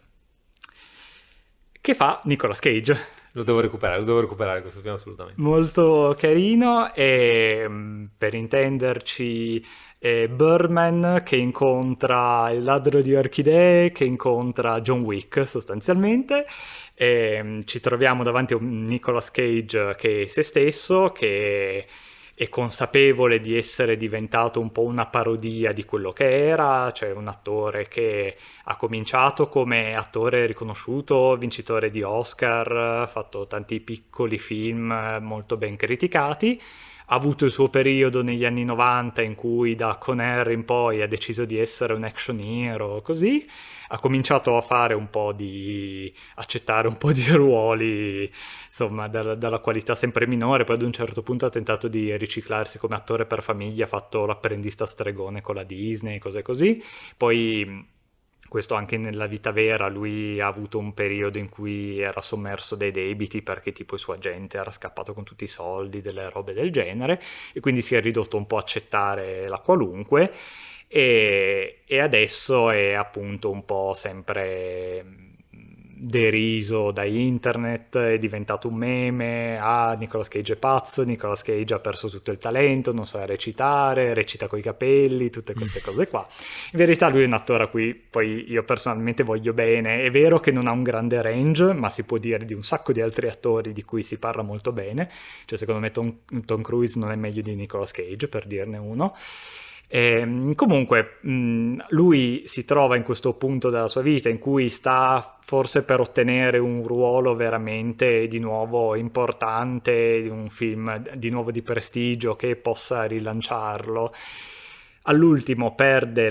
che fa Nicolas Cage. Lo devo recuperare questo film assolutamente. Molto carino, e per intenderci Birdman che incontra il ladro di orchidee, che incontra John Wick sostanzialmente. Ci troviamo davanti a un Nicolas Cage che è se stesso, che è consapevole di essere diventato un po' una parodia di quello che era, cioè un attore che ha cominciato come attore riconosciuto, vincitore di Oscar, ha fatto tanti piccoli film molto ben criticati, ha avuto il suo periodo negli anni 90 in cui da Con Air in poi ha deciso di essere un action hero, così ha cominciato a fare accettare un po' di ruoli, insomma, dalla qualità sempre minore. Poi ad un certo punto ha tentato di riciclarsi come attore per famiglia, ha fatto l'apprendista stregone con la Disney, cose così. Poi questo anche nella vita vera, lui ha avuto un periodo in cui era sommerso dai debiti perché tipo il suo agente era scappato con tutti i soldi, delle robe del genere, e quindi si è ridotto un po' a accettare la qualunque. E adesso è appunto un po' sempre deriso da internet, è diventato un meme. Nicolas Cage è pazzo, Nicolas Cage ha perso tutto il talento, non sa recitare, recita coi capelli, tutte queste cose qua. In verità lui è un attore a cui poi io personalmente voglio bene. È vero che non ha un grande range, ma si può dire di un sacco di altri attori di cui si parla molto bene, cioè secondo me Tom Cruise non è meglio di Nicolas Cage, per dirne uno. Comunque lui si trova in questo punto della sua vita in cui sta forse per ottenere un ruolo veramente di nuovo importante, di un film di nuovo di prestigio che possa rilanciarlo. All'ultimo perde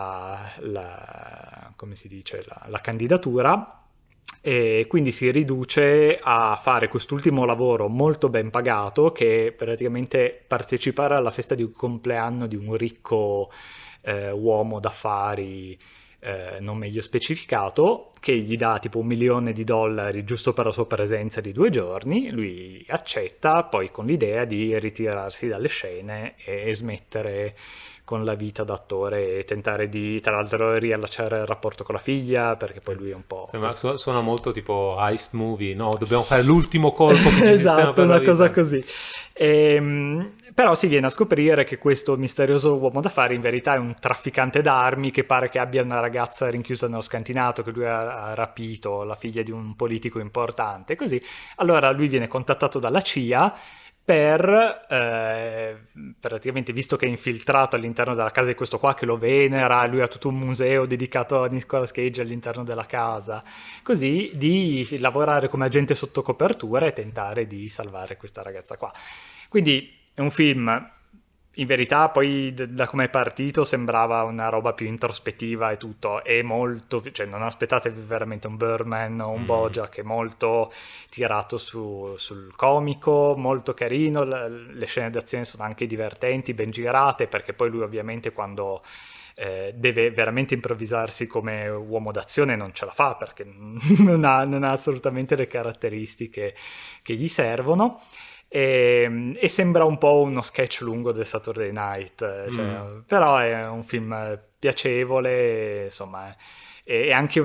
come si dice, la candidatura, e quindi si riduce a fare quest'ultimo lavoro molto ben pagato, che è praticamente partecipare alla festa di un compleanno di un ricco uomo d'affari non meglio specificato, che gli dà tipo $1 milione giusto per la sua presenza di 2 giorni. Lui accetta, poi con l'idea di ritirarsi dalle scene e smettere con la vita d'attore e tentare di, tra l'altro, riallacciare il rapporto con la figlia, perché poi lui è un po'... Suona molto tipo heist movie, no? Dobbiamo fare l'ultimo colpo che ci esatto, per una la cosa vita. così. Però si viene a scoprire che questo misterioso uomo d'affari in verità è un trafficante d'armi che pare che abbia una ragazza rinchiusa nello scantinato, che lui ha rapito, la figlia di un politico importante, così. Allora lui viene contattato dalla CIA per, praticamente, visto che è infiltrato all'interno della casa di questo qua che lo venera, lui ha tutto un museo dedicato a Nicolas Cage all'interno della casa, così, di lavorare come agente sotto copertura e tentare di salvare questa ragazza qua. Quindi è un film, in verità, poi da come è partito sembrava una roba più introspettiva e tutto, è molto, cioè non aspettatevi veramente un Birdman o un Bojack, è molto tirato sul comico, molto carino, le scene d'azione sono anche divertenti, ben girate, perché poi lui ovviamente quando deve veramente improvvisarsi come uomo d'azione non ce la fa, perché non ha assolutamente le caratteristiche che gli servono. E sembra un po' uno sketch lungo del Saturday Night, cioè, però è un film piacevole, insomma, è anche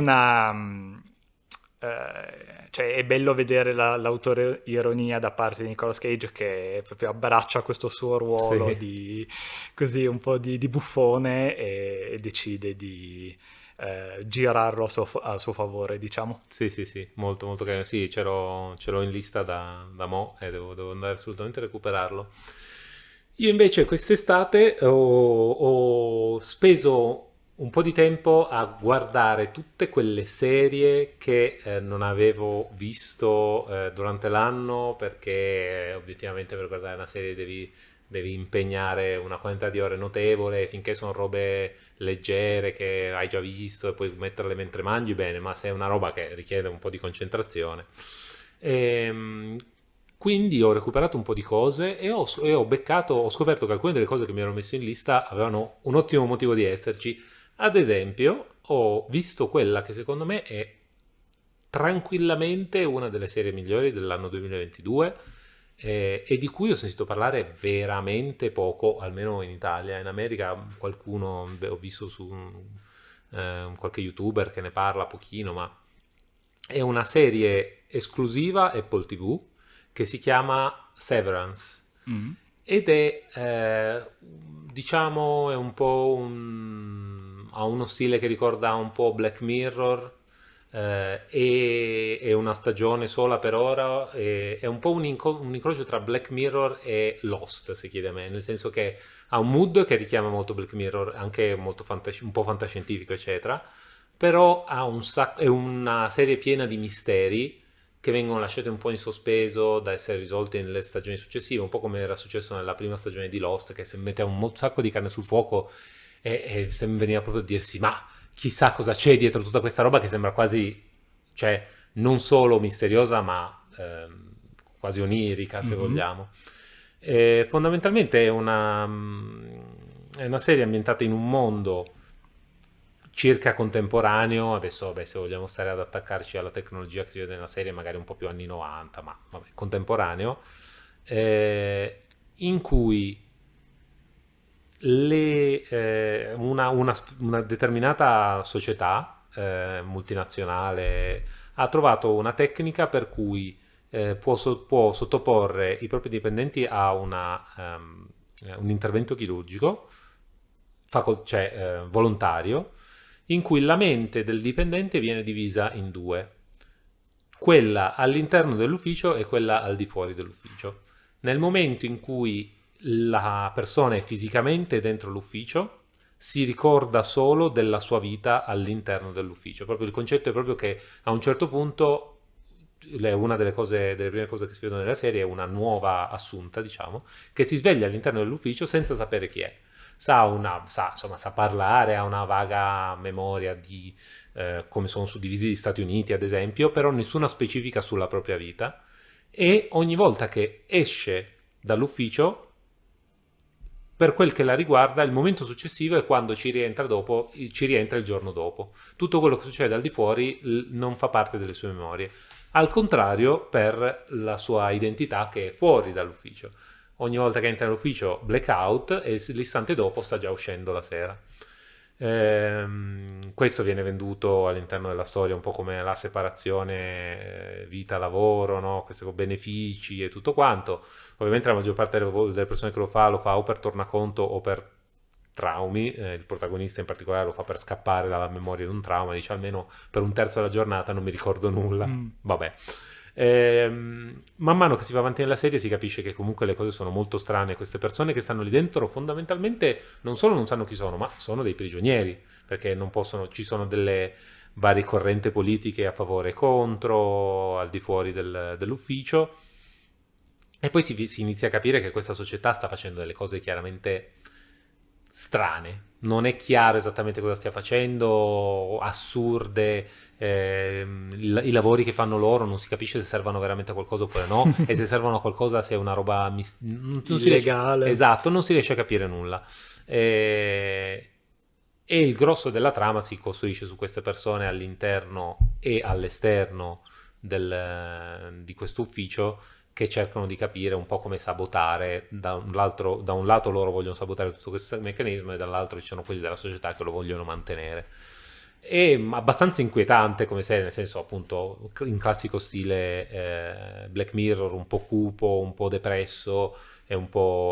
cioè è bello vedere l'autoironia da parte di Nicolas Cage, che proprio abbraccia questo suo ruolo Sì. di così un po' di buffone e decide di girarlo a suo favore, diciamo. Sì, molto molto carino. Sì, ce l'ho in lista da mo' e devo andare assolutamente a recuperarlo. Io invece quest'estate ho speso un po' di tempo a guardare tutte quelle serie che non avevo visto durante l'anno, perché obiettivamente per guardare una serie devi impegnare una quantità di ore notevole, finché sono robe leggere che hai già visto e puoi metterle mentre mangi bene, ma se è una roba che richiede un po' di concentrazione. Ehm, quindi ho recuperato un po' di cose e ho scoperto che alcune delle cose che mi ero messo in lista avevano un ottimo motivo di esserci. Ad esempio, ho visto quella che secondo me è tranquillamente una delle serie migliori dell'anno 2022 e di cui ho sentito parlare veramente poco, almeno in Italia. In America qualcuno, ho visto su qualche youtuber che ne parla pochino, ma è una serie esclusiva Apple TV che si chiama Severance Mm. ed è, diciamo, è un po' ha uno stile che ricorda un po' Black Mirror, è una stagione sola per ora, è un po' un incrocio tra Black Mirror e Lost, se chiede a me, nel senso che ha un mood che richiama molto Black Mirror, anche molto un po' fantascientifico, eccetera, però è una serie piena di misteri che vengono lasciati un po' in sospeso da essere risolti nelle stagioni successive, un po' come era successo nella prima stagione di Lost, che si metteva un sacco di carne sul fuoco e se veniva proprio a dirsi ma chissà cosa c'è dietro tutta questa roba che sembra quasi, cioè, non solo misteriosa ma quasi onirica, se vogliamo. Fondamentalmente è una serie ambientata in un mondo circa contemporaneo. Adesso, vabbè, se vogliamo stare ad attaccarci alla tecnologia che si vede nella serie, magari un po' più anni 90, ma vabbè, contemporaneo, in cui una determinata società multinazionale ha trovato una tecnica per cui può sottoporre i propri dipendenti a un intervento chirurgico volontario, in cui la mente del dipendente viene divisa in due, quella all'interno dell'ufficio e quella al di fuori dell'ufficio. Nel momento in cui la persona è fisicamente dentro l'ufficio, si ricorda solo della sua vita all'interno dell'ufficio. Proprio il concetto è proprio che a un certo punto una delle prime cose che si vedono nella serie è una nuova assunta, diciamo, che si sveglia all'interno dell'ufficio senza sapere chi è. Sa parlare, ha una vaga memoria di come sono suddivisi gli Stati Uniti, ad esempio, però nessuna specifica sulla propria vita, e ogni volta che esce dall'ufficio Per quel che la riguarda, il momento successivo è quando ci rientra il giorno dopo. Tutto quello che succede al di fuori non fa parte delle sue memorie. Al contrario, per la sua identità che è fuori dall'ufficio. Ogni volta che entra nell'ufficio, blackout, e l'istante dopo sta già uscendo la sera. Questo viene venduto all'interno della storia un po' come la separazione vita-lavoro, no? Questi benefici e tutto quanto. Ovviamente la maggior parte delle persone che lo fa o per tornaconto o per traumi. Il protagonista in particolare lo fa per scappare dalla memoria di un trauma, dice almeno per un terzo della giornata non mi ricordo nulla. Vabbè. Man mano che si va avanti nella serie si capisce che comunque le cose sono molto strane. Queste persone che stanno lì dentro fondamentalmente non solo non sanno chi sono, ma sono dei prigionieri, perché non possono, ci sono delle varie correnti politiche a favore e contro al di fuori dell'ufficio, e poi si inizia a capire che questa società sta facendo delle cose chiaramente strane. Non è chiaro esattamente cosa stia facendo, assurde, i lavori che fanno loro non si capisce se servono veramente a qualcosa oppure no, e se servono a qualcosa se è una roba non illegale. Esatto, non si riesce a capire nulla. E il grosso della trama si costruisce su queste persone all'interno e all'esterno di questo ufficio, che cercano di capire un po' come sabotare. Da un lato loro vogliono sabotare tutto questo meccanismo, e dall'altro ci sono quelli della società che lo vogliono mantenere. È abbastanza inquietante come serie, nel senso, appunto, in classico stile Black Mirror, un po' cupo, un po' depresso e un po'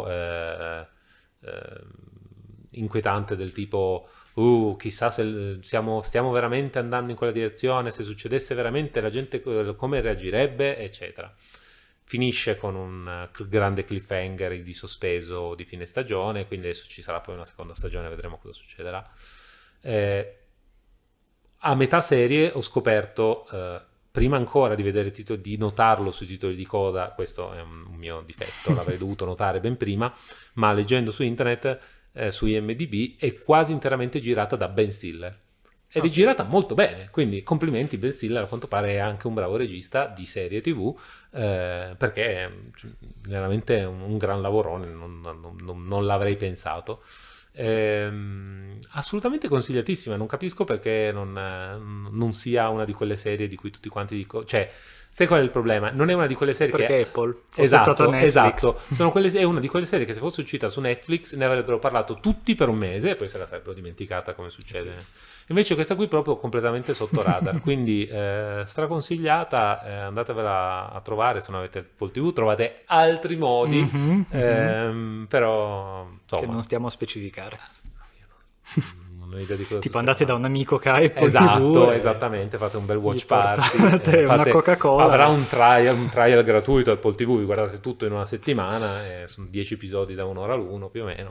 inquietante, del tipo chissà se stiamo veramente andando in quella direzione, se succedesse veramente la gente come reagirebbe, eccetera. Finisce con un grande cliffhanger di sospeso di fine stagione, quindi adesso ci sarà poi una seconda stagione, vedremo cosa succederà. A metà serie ho scoperto, prima ancora di vedere di notarlo sui titoli di coda, questo è un mio difetto, l'avrei dovuto notare ben prima, ma leggendo su internet, su IMDb, è quasi interamente girata da Ben Stiller. Ed è girata molto bene, quindi complimenti. Ben Stiller a quanto pare è anche un bravo regista di serie TV, perché è veramente un gran lavorone, non l'avrei pensato. Assolutamente consigliatissima, non capisco perché non sia una di quelle serie di cui tutti quanti dicono, cioè, sai qual è il problema? Non è una di quelle serie perché Apple fosse stata Netflix. Esatto, è una di quelle serie che se fosse uscita su Netflix ne avrebbero parlato tutti per un mese e poi se la sarebbero dimenticata, come succede. Sì. Invece questa qui proprio completamente sotto radar, quindi straconsigliata, andatevela a trovare. Se non avete Apple TV trovate altri modi, però insomma, che non stiamo a specificare. Non ho idea di cosa tipo andate da un amico che ha Apple esatto, TV esattamente, fate un bel watch party, una Coca-Cola, avrà un trial gratuito Apple TV, vi guardate tutto in una settimana, sono 10 episodi da un'ora l'uno più o meno.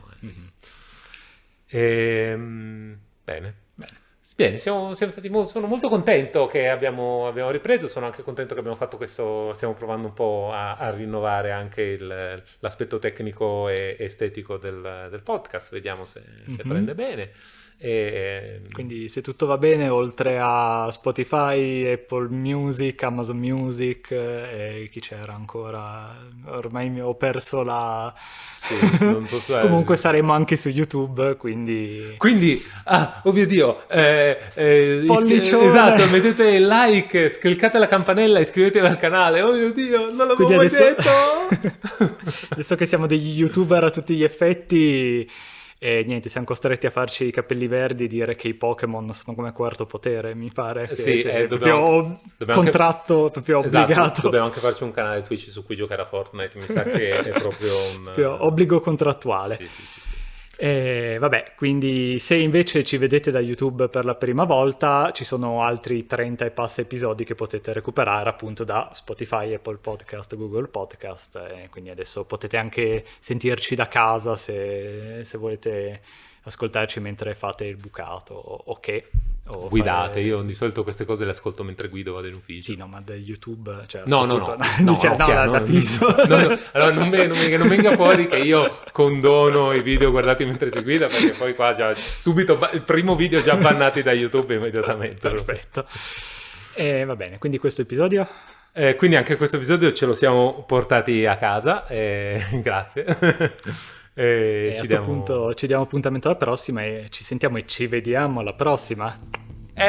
Bene, sono molto contento che abbiamo ripreso, sono anche contento che abbiamo fatto questo, stiamo provando un po' a rinnovare anche l'aspetto tecnico e estetico del podcast, vediamo se prende bene. Quindi se tutto va bene, oltre a Spotify, Apple Music, Amazon Music e chi c'era ancora, ormai ho perso la... Sì, non so se... Comunque saremo anche su YouTube, quindi oh mio Dio, pollicione, esatto, mettete like, cliccate la campanella, iscrivetevi al canale. Oh mio Dio, non l'avevo mai detto. Adesso che siamo degli YouTuber a tutti gli effetti, e niente, siamo costretti a farci i capelli verdi e dire che i Pokémon sono come quarto potere, mi pare. Sì, è proprio contratto, anche, proprio obbligato. Esatto, dobbiamo anche farci un canale Twitch su cui giocare a Fortnite, mi sa che è proprio un... obbligo contrattuale. Sì. Vabbè, quindi se invece ci vedete da YouTube per la prima volta, ci sono altri 30 e passa episodi che potete recuperare appunto da Spotify, Apple Podcast, Google Podcast, quindi adesso potete anche sentirci da casa se volete ascoltarci mentre fate il bucato o guidate. Io di solito queste cose le ascolto mentre guido, vado in ufficio. Sì, no, ma da YouTube, cioè, no, da fisso. Allora non venga fuori che io condono i video guardati mentre si guida, perché poi qua già subito il primo video già bannati da YouTube immediatamente. Perfetto. Va bene, quindi questo episodio? Quindi anche questo episodio ce lo siamo portati a casa, grazie. E a questo punto ci diamo appuntamento alla prossima e ci sentiamo e ci vediamo alla prossima.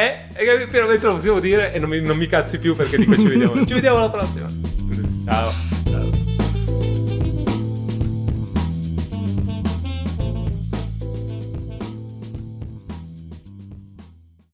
Finalmente lo possiamo dire e non mi cazzi più perché dico ci vediamo. Ci vediamo alla prossima. Ciao.